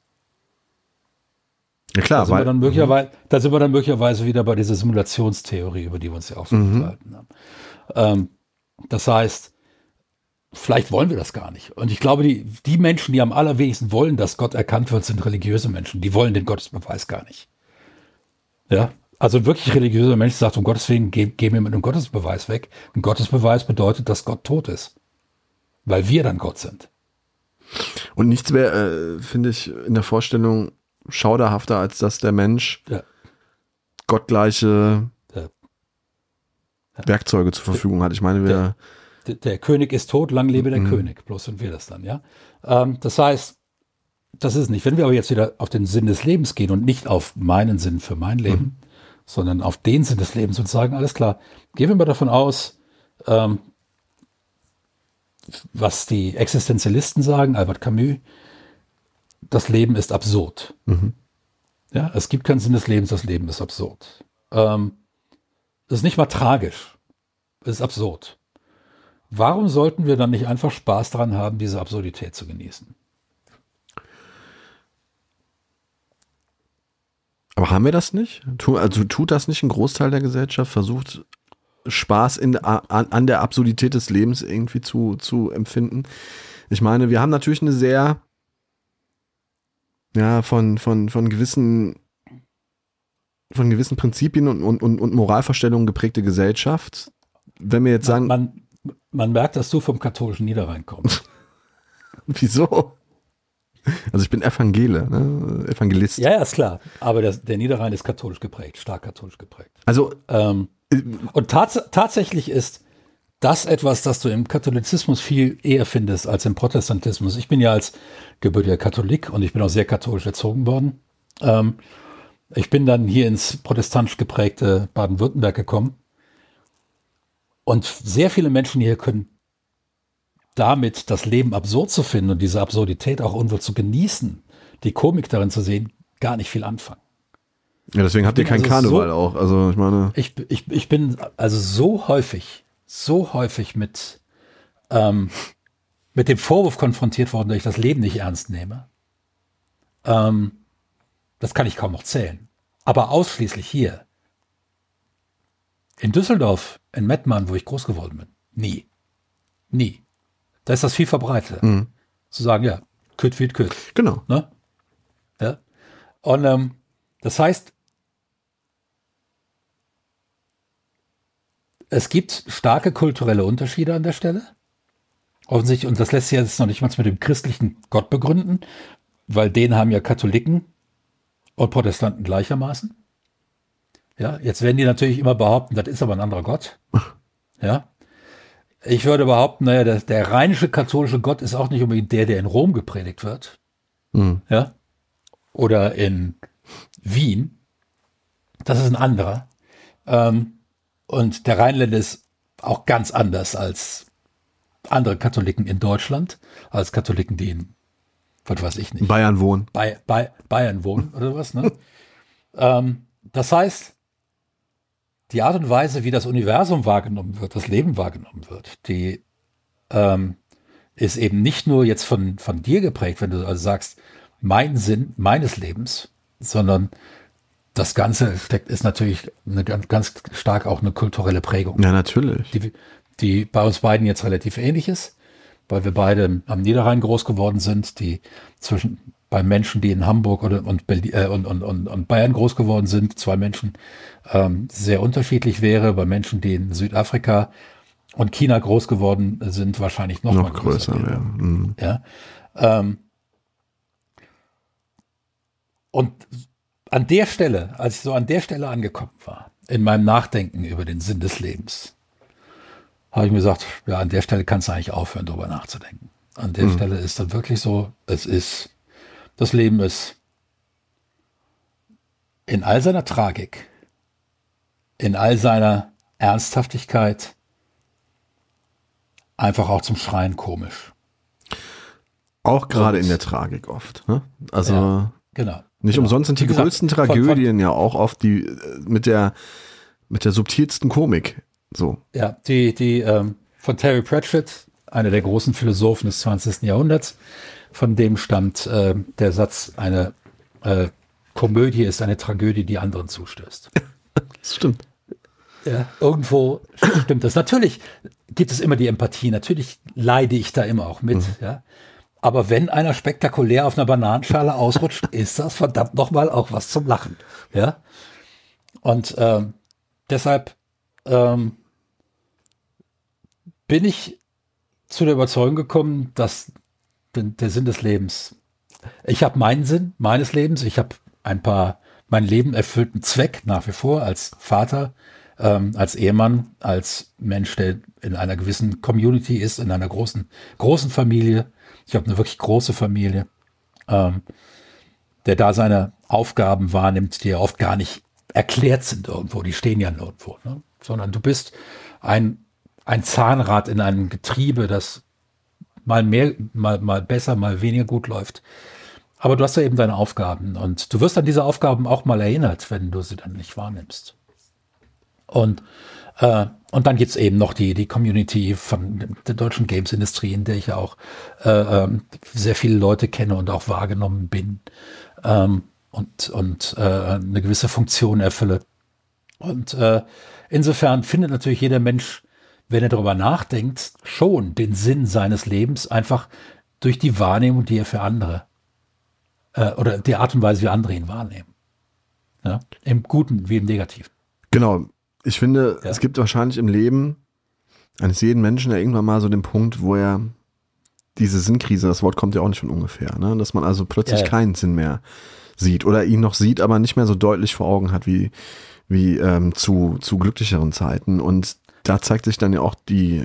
Ja klar, da sind wir dann möglicherweise wieder bei dieser Simulationstheorie, über die wir uns ja auch so unterhalten haben. Das heißt, vielleicht wollen wir das gar nicht. Und ich glaube, die Menschen, die am allerwenigsten wollen, dass Gott erkannt wird, sind religiöse Menschen. Die wollen den Gottesbeweis gar nicht. Ja, also ein wirklich religiöser Mensch sagt, um Gottes Willen, gehen wir mit einem Gottesbeweis weg. Ein Gottesbeweis bedeutet, dass Gott tot ist. Weil wir dann Gott sind. Und nichts wäre, finde ich, in der Vorstellung schauderhafter, als dass der Mensch gottgleiche Werkzeuge zur Verfügung hat. Ich meine, der König ist tot, lang lebe der König. Bloß sind wir das dann, ja. Das heißt, das ist nicht. Wenn wir aber jetzt wieder auf den Sinn des Lebens gehen und nicht auf meinen Sinn für mein Leben, sondern auf den Sinn des Lebens und sagen, alles klar, gehen wir mal davon aus, was die Existenzialisten sagen, Albert Camus, das Leben ist absurd. Ja, es gibt keinen Sinn des Lebens, das Leben ist absurd. Das ist nicht mal tragisch, es ist absurd. Warum sollten wir dann nicht einfach Spaß daran haben, diese Absurdität zu genießen? Aber haben wir das nicht? Also tut das nicht ein Großteil der Gesellschaft? Versucht Spaß an der Absurdität des Lebens irgendwie zu empfinden? Ich meine, wir haben natürlich eine sehr von gewissen Prinzipien und Moralvorstellungen geprägte Gesellschaft. Wenn wir jetzt sagen... Man merkt, dass du vom katholischen Niederrhein kommst. Wieso? Also ich bin Evangelist. Ja, ist klar. Aber der Niederrhein ist katholisch geprägt, stark katholisch geprägt. Also und tatsächlich ist das etwas, das du im Katholizismus viel eher findest als im Protestantismus. Ich bin ja als gebürtiger Katholik und ich bin auch sehr katholisch erzogen worden. Ich bin dann hier ins protestantisch geprägte Baden-Württemberg gekommen und sehr viele Menschen hier können damit das Leben absurd zu finden und diese Absurdität auch irgendwo zu genießen, die Komik darin zu sehen, gar nicht viel anfangen. Ja, deswegen habt ihr keinen Karneval auch. Also ich meine. Ich bin also so häufig mit dem Vorwurf konfrontiert worden, dass ich das Leben nicht ernst nehme. Das kann ich kaum noch zählen. Aber ausschließlich hier. In Düsseldorf, in Mettmann, wo ich groß geworden bin. Nie. Nie. Da ist das viel verbreiteter. Zu sagen, ja, kütt wie kütt. Genau. Ne? Ja. Und das heißt, es gibt starke kulturelle Unterschiede an der Stelle. Offensichtlich, und das lässt sich jetzt noch nicht mal mit dem christlichen Gott begründen, weil den haben ja Katholiken und Protestanten gleichermaßen. Ja, jetzt werden die natürlich immer behaupten, das ist aber ein anderer Gott. Ja. Ich würde behaupten, naja, der rheinische katholische Gott ist auch nicht unbedingt der in Rom gepredigt wird. Ja. Oder in Wien. Das ist ein anderer. Und der Rheinländer ist auch ganz anders als andere Katholiken in Deutschland, als Katholiken, die in, was weiß ich nicht, Bayern wohnen. Bayern wohnen oder was. Ne? Das heißt, die Art und Weise, wie das Universum wahrgenommen wird, das Leben wahrgenommen wird, die ist eben nicht nur jetzt von dir geprägt, wenn du also sagst, mein Sinn meines Lebens, sondern das Ganze ist natürlich eine ganz stark auch eine kulturelle Prägung. Ja, natürlich. Die bei uns beiden jetzt relativ ähnlich ist, weil wir beide am Niederrhein groß geworden sind, die bei Menschen, die in Hamburg und Bayern groß geworden sind, zwei Menschen sehr unterschiedlich wäre. Bei Menschen, die in Südafrika und China groß geworden sind, wahrscheinlich noch mal größer wäre. Ja. Und an der Stelle, als ich so an der Stelle angekommen war, in meinem Nachdenken über den Sinn des Lebens, habe ich mir gesagt, ja, an der Stelle kannst du eigentlich aufhören, darüber nachzudenken. An der Stelle ist dann wirklich so, das Leben ist in all seiner Tragik, in all seiner Ernsthaftigkeit einfach auch zum Schreien komisch. Auch gerade in der Tragik oft. Ne? Also ja, genau. Nicht umsonst sind die größten Tragödien ja auch oft die mit der subtilsten Komik. So. Ja, die von Terry Pratchett, einer der großen Philosophen des 20. Jahrhunderts, von dem stammt der Satz, eine Komödie ist eine Tragödie, die anderen zustößt. Das stimmt. Ja, irgendwo stimmt das. Natürlich gibt es immer die Empathie, natürlich leide ich da immer auch mit, ja. Aber wenn einer spektakulär auf einer Bananenschale ausrutscht, ist das verdammt nochmal auch was zum Lachen. Ja? Und deshalb bin ich zu der Überzeugung gekommen, dass der Sinn des Lebens, ich habe meinen Sinn meines Lebens, ich habe mein Leben erfüllten Zweck nach wie vor als Vater, als Ehemann, als Mensch, der in einer gewissen Community ist, in einer großen Familie. Ich habe eine wirklich große Familie, der da seine Aufgaben wahrnimmt, die ja oft gar nicht erklärt sind irgendwo, die stehen ja nirgendwo, ne? Sondern du bist ein Zahnrad in einem Getriebe, das mal mehr, mal besser, mal weniger gut läuft. Aber du hast ja eben deine Aufgaben und du wirst an diese Aufgaben auch mal erinnert, wenn du sie dann nicht wahrnimmst. Und dann gibt es eben noch die Community von der deutschen Games-Industrie, in der ich ja auch sehr viele Leute kenne und auch wahrgenommen bin und eine gewisse Funktion erfülle. Und insofern findet natürlich jeder Mensch, wenn er darüber nachdenkt, schon den Sinn seines Lebens einfach durch die Wahrnehmung, die er für andere oder die Art und Weise, wie andere ihn wahrnehmen. Ja? Im Guten wie im Negativen. Genau. Ich finde, es gibt wahrscheinlich im Leben eines jeden Menschen ja irgendwann mal so den Punkt, wo er diese Sinnkrise, das Wort kommt ja auch nicht von ungefähr, ne? Dass man also plötzlich keinen Sinn mehr sieht oder ihn noch sieht, aber nicht mehr so deutlich vor Augen hat wie zu glücklicheren Zeiten. Und da zeigt sich dann ja auch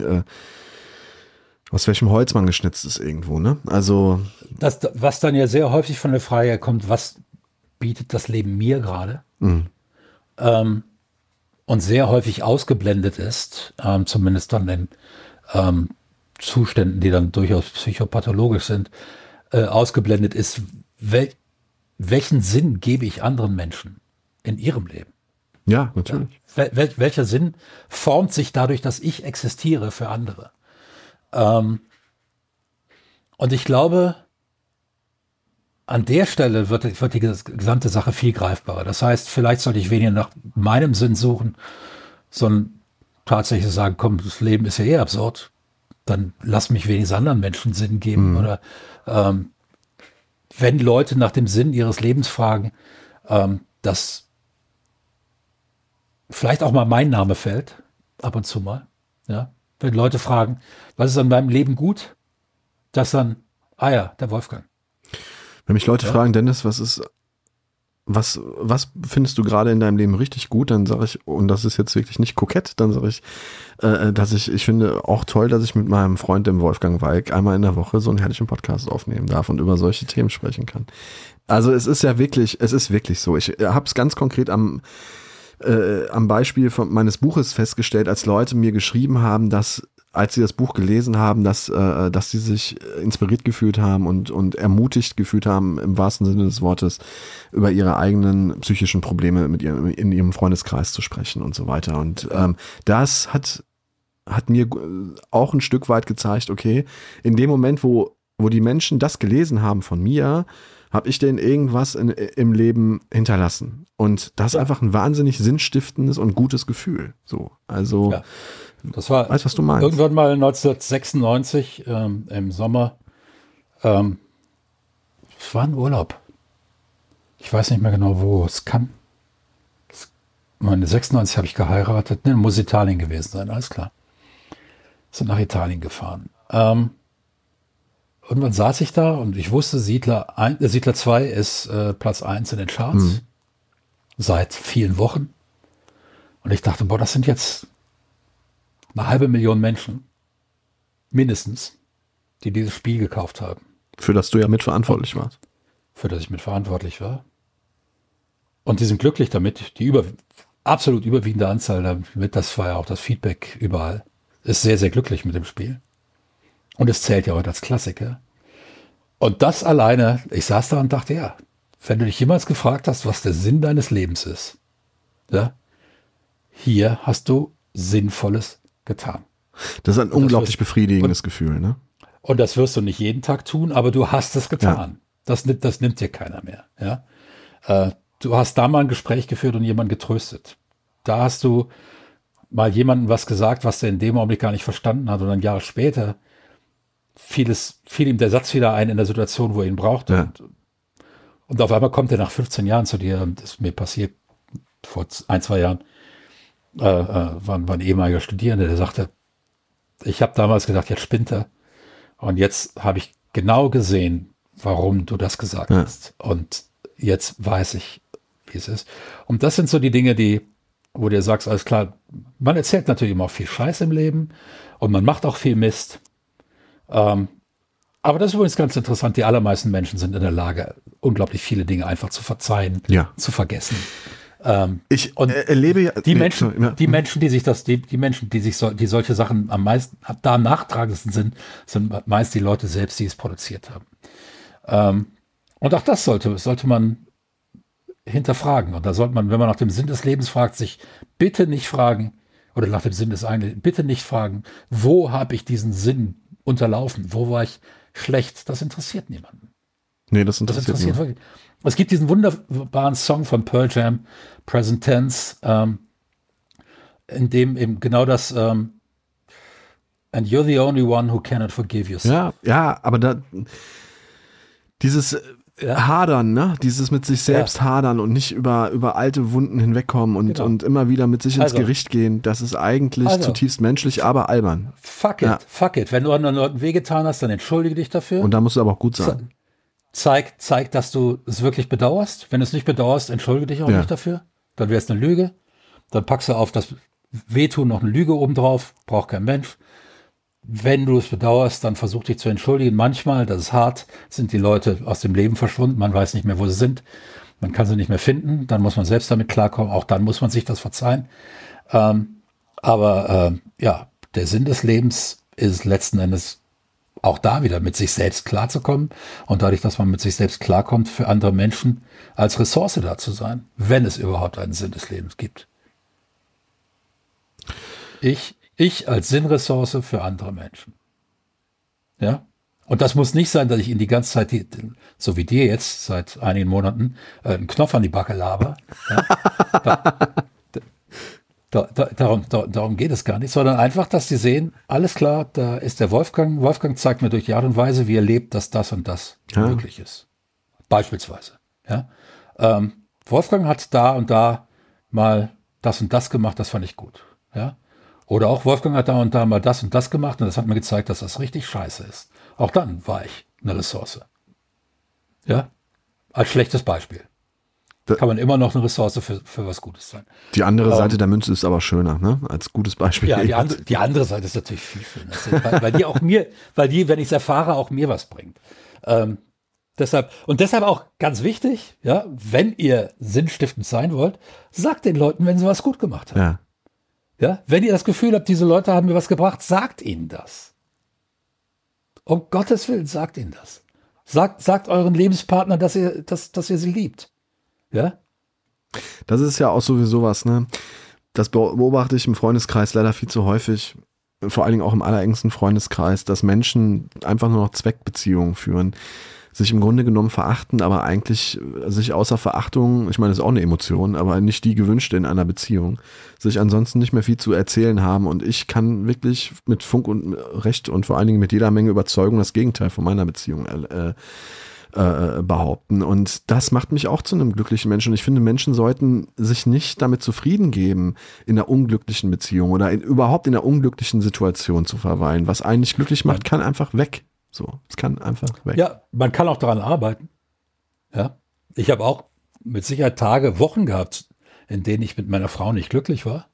aus welchem Holz man geschnitzt ist irgendwo, ne? Also was dann ja sehr häufig von der Frage kommt, was bietet das Leben mir gerade. Und sehr häufig ausgeblendet ist, zumindest dann in Zuständen, die dann durchaus psychopathologisch sind, ausgeblendet ist, welchen Sinn gebe ich anderen Menschen in ihrem Leben? Ja, natürlich. Ja. Welcher Sinn formt sich dadurch, dass ich existiere für andere? Und ich glaube, an der Stelle wird die gesamte Sache viel greifbarer. Das heißt, vielleicht sollte ich weniger nach meinem Sinn suchen, sondern tatsächlich sagen, komm, das Leben ist ja eh absurd. Dann lass mich wenigstens anderen Menschen Sinn geben. Oder wenn Leute nach dem Sinn ihres Lebens fragen, dass vielleicht auch mal mein Name fällt, ab und zu mal. Ja? Wenn Leute fragen, was ist an meinem Leben gut, dass dann, der Wolfgang. Wenn mich Leute fragen, Dennis, was findest du gerade in deinem Leben richtig gut, dann sage ich, und das ist jetzt wirklich nicht kokett, dann sage ich, dass ich finde auch toll, dass ich mit meinem Freund, dem Wolfgang Walk, einmal in der Woche so einen herrlichen Podcast aufnehmen darf und über solche Themen sprechen kann. Also es ist wirklich so. Ich habe es ganz konkret am Beispiel meines Buches festgestellt, als Leute mir geschrieben haben, dass, als sie das Buch gelesen haben, dass sie sich inspiriert gefühlt haben und ermutigt gefühlt haben, im wahrsten Sinne des Wortes, über ihre eigenen psychischen Probleme in ihrem Freundeskreis zu sprechen und so weiter. Und das hat mir auch ein Stück weit gezeigt, okay, in dem Moment, wo die Menschen das gelesen haben von mir, habe ich denen irgendwas im Leben hinterlassen. Und das ist einfach ein wahnsinnig sinnstiftendes und gutes Gefühl. So, also das war, weißt, was du meinst. Irgendwann mal 1996 im Sommer. Es war ein Urlaub. Ich weiß nicht mehr genau, wo es kann. 96 habe ich geheiratet. Ne, muss Italien gewesen sein, alles klar. Sind nach Italien gefahren. Irgendwann saß ich da und ich wusste, Siedler 2 ist Platz 1 in den Charts seit vielen Wochen. Und ich dachte, das sind jetzt 500.000 Menschen, mindestens, die dieses Spiel gekauft haben. Für das du ja mitverantwortlich warst. Für das ich mitverantwortlich war. Und die sind glücklich damit. Die absolut überwiegende Anzahl damit, das war ja auch das Feedback überall, ist sehr, sehr glücklich mit dem Spiel. Und es zählt ja heute als Klassiker. Und das alleine, ich saß da und dachte, wenn du dich jemals gefragt hast, was der Sinn deines Lebens ist, hier hast du Sinnvolles getan. Das ist ein unglaublich befriedigendes Gefühl, ne? Und das wirst du nicht jeden Tag tun, aber du hast es getan. Ja. Das nimmt dir keiner mehr. Ja? Du hast da mal ein Gespräch geführt und jemanden getröstet. Da hast du mal jemandem was gesagt, was der in dem Augenblick gar nicht verstanden hat. Und dann Jahre später fiel ihm der Satz wieder ein in der Situation, wo er ihn brauchte. Ja. Und auf einmal kommt er nach 15 Jahren zu dir. Und das ist mir passiert vor 1-2 Jahren. War ein ehemaliger Studierender, der sagte, ich habe damals gedacht, jetzt spinnt er. Und jetzt habe ich genau gesehen, warum du das gesagt hast. Und jetzt weiß ich, wie es ist. Und das sind so die Dinge, wo du sagst, alles klar, man erzählt natürlich immer auch viel Scheiß im Leben und man macht auch viel Mist. Aber das ist übrigens ganz interessant. Die allermeisten Menschen sind in der Lage, unglaublich viele Dinge einfach zu verzeihen, zu vergessen. Ich erlebe ja die Menschen, die solche Sachen am meisten da am nachtragendsten sind meist die Leute selbst, die es produziert haben. Und auch das sollte man hinterfragen. Und da sollte man, wenn man nach dem Sinn des Lebens fragt, sich bitte nicht fragen, oder nach dem Sinn des eigenen, bitte nicht fragen, wo habe ich diesen Sinn unterlaufen? Wo war ich schlecht? Das interessiert niemanden. Nee, das interessiert wirklich. Es gibt diesen wunderbaren Song von Pearl Jam, Present Tense, in dem eben genau das And you're the only one who cannot forgive yourself. Ja, aber dieses Hadern, ne? Dieses mit sich selbst hadern und nicht über alte Wunden hinwegkommen und immer wieder mit sich ins Gericht gehen, das ist eigentlich zutiefst menschlich, aber albern. Fuck it. Wenn du anderen Leuten wehgetan hast, dann entschuldige dich dafür. Und da musst du aber auch gut sein. Zeig, dass du es wirklich bedauerst. Wenn du es nicht bedauerst, entschuldige dich auch nicht dafür. Dann wäre es eine Lüge. Dann packst du auf das Wehtun noch eine Lüge obendrauf. Braucht kein Mensch. Wenn du es bedauerst, dann versuch dich zu entschuldigen. Manchmal, das ist hart, sind die Leute aus dem Leben verschwunden. Man weiß nicht mehr, wo sie sind. Man kann sie nicht mehr finden, dann muss man selbst damit klarkommen, auch dann muss man sich das verzeihen. Aber der Sinn des Lebens ist letzten Endes auch da wieder mit sich selbst klarzukommen und dadurch, dass man mit sich selbst klarkommt, für andere Menschen als Ressource da zu sein, wenn es überhaupt einen Sinn des Lebens gibt. Ich als Sinnressource für andere Menschen. Ja? Und das muss nicht sein, dass ich ihnen die ganze Zeit, so wie dir jetzt seit einigen Monaten, einen Knopf an die Backe laber. Ja? Darum geht es gar nicht, sondern einfach, dass sie sehen, alles klar, da ist der Wolfgang. Wolfgang zeigt mir durch die Art und Weise, wie er lebt, dass das und das möglich ist. Beispielsweise. Ja? Wolfgang hat da und da mal das und das gemacht, das fand ich gut. Ja? Oder auch Wolfgang hat da und da mal das und das gemacht und das hat mir gezeigt, dass das richtig scheiße ist. Auch dann war ich eine Ressource. Ja? Als schlechtes Beispiel. Kann man immer noch eine Ressource für was Gutes sein. Die andere Seite der Münze ist aber schöner, ne? Als gutes Beispiel. Ja, die andere Seite ist natürlich viel schöner. Weil die, wenn ich es erfahre, auch mir was bringt. Deshalb auch ganz wichtig, ja, wenn ihr sinnstiftend sein wollt, sagt den Leuten, wenn sie was gut gemacht haben. Ja. Ja, wenn ihr das Gefühl habt, diese Leute haben mir was gebracht, sagt ihnen das. Um Gottes Willen, sagt ihnen das. Sagt euren Lebenspartnern, dass ihr sie liebt. Ja? Das ist ja auch sowieso was, ne? Das beobachte ich im Freundeskreis leider viel zu häufig, vor allen Dingen auch im allerengsten Freundeskreis, dass Menschen einfach nur noch Zweckbeziehungen führen, sich im Grunde genommen verachten, aber eigentlich sich außer Verachtung, ich meine, das ist auch eine Emotion, aber nicht die gewünschte in einer Beziehung, sich ansonsten nicht mehr viel zu erzählen haben und ich kann wirklich mit Funk und Recht und vor allen Dingen mit jeder Menge Überzeugung das Gegenteil von meiner Beziehung behaupten und das macht mich auch zu einem glücklichen Menschen und ich finde, Menschen sollten sich nicht damit zufrieden geben, in einer unglücklichen Beziehung oder überhaupt in einer unglücklichen Situation zu verweilen. Was einen nicht glücklich macht, kann einfach weg. So, es kann einfach weg. Ja, man kann auch daran arbeiten. Ja, ich habe auch mit Sicherheit Tage, Wochen gehabt, in denen ich mit meiner Frau nicht glücklich war.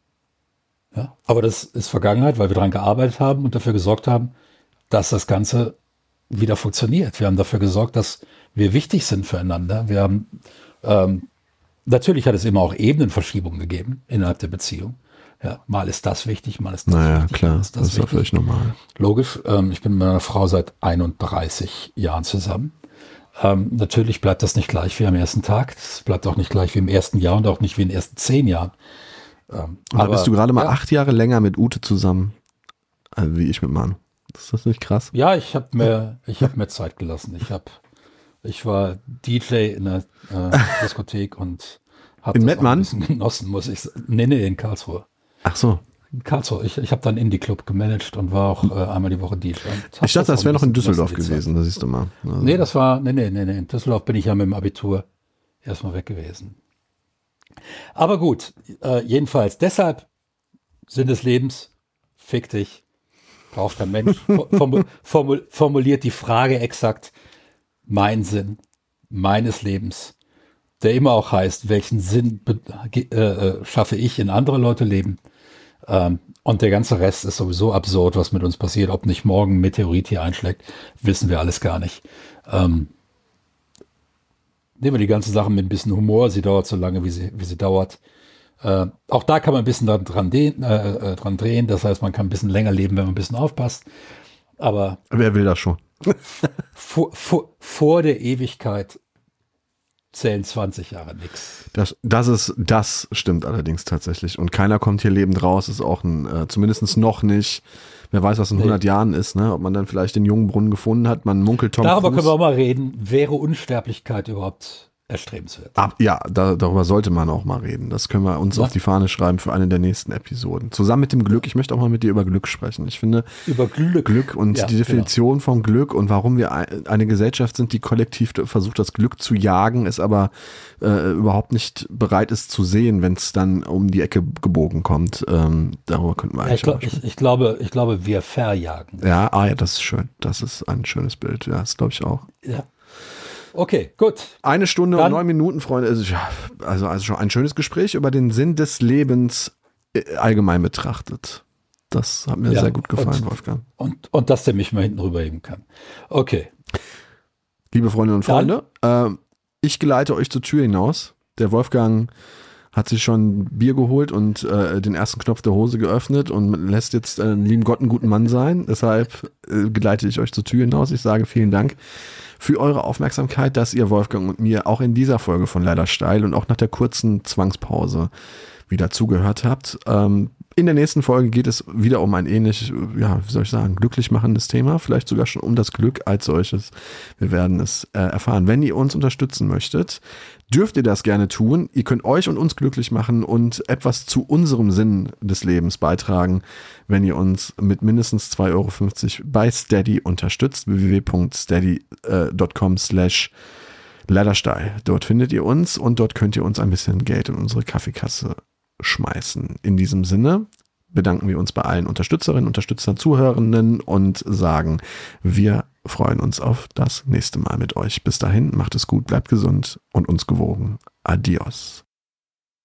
Ja, aber das ist Vergangenheit, weil wir daran gearbeitet haben und dafür gesorgt haben, dass das Ganze wieder funktioniert. Wir haben dafür gesorgt, dass wir wichtig sind füreinander. Wir haben natürlich hat es immer auch Ebenenverschiebungen gegeben innerhalb der Beziehung. Ja, mal ist das wichtig, mal ist das wichtig. Naja, klar, das ist doch völlig normal. Logisch, ich bin mit meiner Frau seit 31 Jahren zusammen. Natürlich bleibt das nicht gleich wie am ersten Tag. Das bleibt auch nicht gleich wie im ersten Jahr und auch nicht wie in den ersten 10 Jahren. Und da bist du gerade mal 8 Jahre länger mit Ute zusammen, wie ich mit Manu. Ist das nicht krass? Ja, ich habe mir Zeit gelassen. Ich war DJ in der Diskothek und habe das auch ein bisschen genossen, muss ich sagen. Nee, in Karlsruhe. Ach so. In Karlsruhe. Ich habe dann Indie-Club gemanagt und war auch einmal die Woche DJ. Ich dachte, das wäre noch in Düsseldorf gewesen, da siehst du mal. Also. Nee, das war, nee. In Düsseldorf bin ich ja mit dem Abitur erstmal weg gewesen. Aber gut, jedenfalls, deshalb Sinn des Lebens, fick dich, braucht kein Mensch, formuliert die Frage exakt, mein Sinn meines Lebens, der immer auch heißt, welchen Sinn schaffe ich in andere Leute leben. Und der ganze Rest ist sowieso absurd, was mit uns passiert. Ob nicht morgen ein Meteorit hier einschlägt, wissen wir alles gar nicht. Nehmen wir die ganze Sache mit ein bisschen Humor. Sie dauert so lange, wie sie dauert. Auch da kann man ein bisschen dran drehen. Das heißt, man kann ein bisschen länger leben, wenn man ein bisschen aufpasst. Aber wer will das schon? vor der Ewigkeit zählen 20 Jahre nichts. Das stimmt allerdings tatsächlich. Und keiner kommt hier lebend raus, ist auch zumindest noch nicht. Wer weiß, was in 100 Jahren ist, ne? Ob man dann vielleicht den Jungbrunnen gefunden hat, man munkelt Tom Darüber Cruise. können wir auch mal reden. Wäre Unsterblichkeit überhaupt erstrebenswert? Darüber sollte man auch mal reden. Das können wir uns auf die Fahne schreiben für eine der nächsten Episoden. Zusammen mit dem Glück. Ich möchte auch mal mit dir über Glück sprechen. Ich finde, über Glück und die Definition von Glück und warum wir eine Gesellschaft sind, die kollektiv versucht, das Glück zu jagen, ist aber überhaupt nicht bereit ist zu sehen, wenn es dann um die Ecke gebogen kommt. Darüber könnten wir eigentlich ich glaube, wir verjagen. Ja, das ist schön. Das ist ein schönes Bild. Ja, das glaube ich auch. Ja. Okay, gut. 1 Stunde und 9 Minuten, Freunde. Also schon ein schönes Gespräch über den Sinn des Lebens allgemein betrachtet. Das hat mir sehr gut gefallen, Wolfgang. Und dass der mich mal hinten rüberheben kann. Okay. Liebe Freundinnen und Freunde, Ich geleite euch zur Tür hinaus. Der Wolfgang hat sich schon Bier geholt und den ersten Knopf der Hose geöffnet und lässt jetzt lieben Gott einen guten Mann sein. Deshalb geleite ich euch zur Tür hinaus. Ich sage vielen Dank für eure Aufmerksamkeit, dass ihr Wolfgang und mir auch in dieser Folge von Leider Steil und auch nach der kurzen Zwangspause wieder zugehört habt. In der nächsten Folge geht es wieder um ein ähnlich, ja, wie soll ich sagen, glücklich machendes Thema, vielleicht sogar schon um das Glück als solches. Wir werden es erfahren. Wenn ihr uns unterstützen möchtet, dürft ihr das gerne tun. Ihr könnt euch und uns glücklich machen und etwas zu unserem Sinn des Lebens beitragen, wenn ihr uns mit mindestens 2,50 € bei Steady unterstützt, www.steady.com/Leidersteil. Dort findet ihr uns und dort könnt ihr uns ein bisschen Geld in unsere Kaffeekasse schmeißen. In diesem Sinne bedanken wir uns bei allen Unterstützerinnen, Unterstützern, Zuhörenden und sagen, wir freuen uns auf das nächste Mal mit euch. Bis dahin, macht es gut, bleibt gesund und uns gewogen. Adios.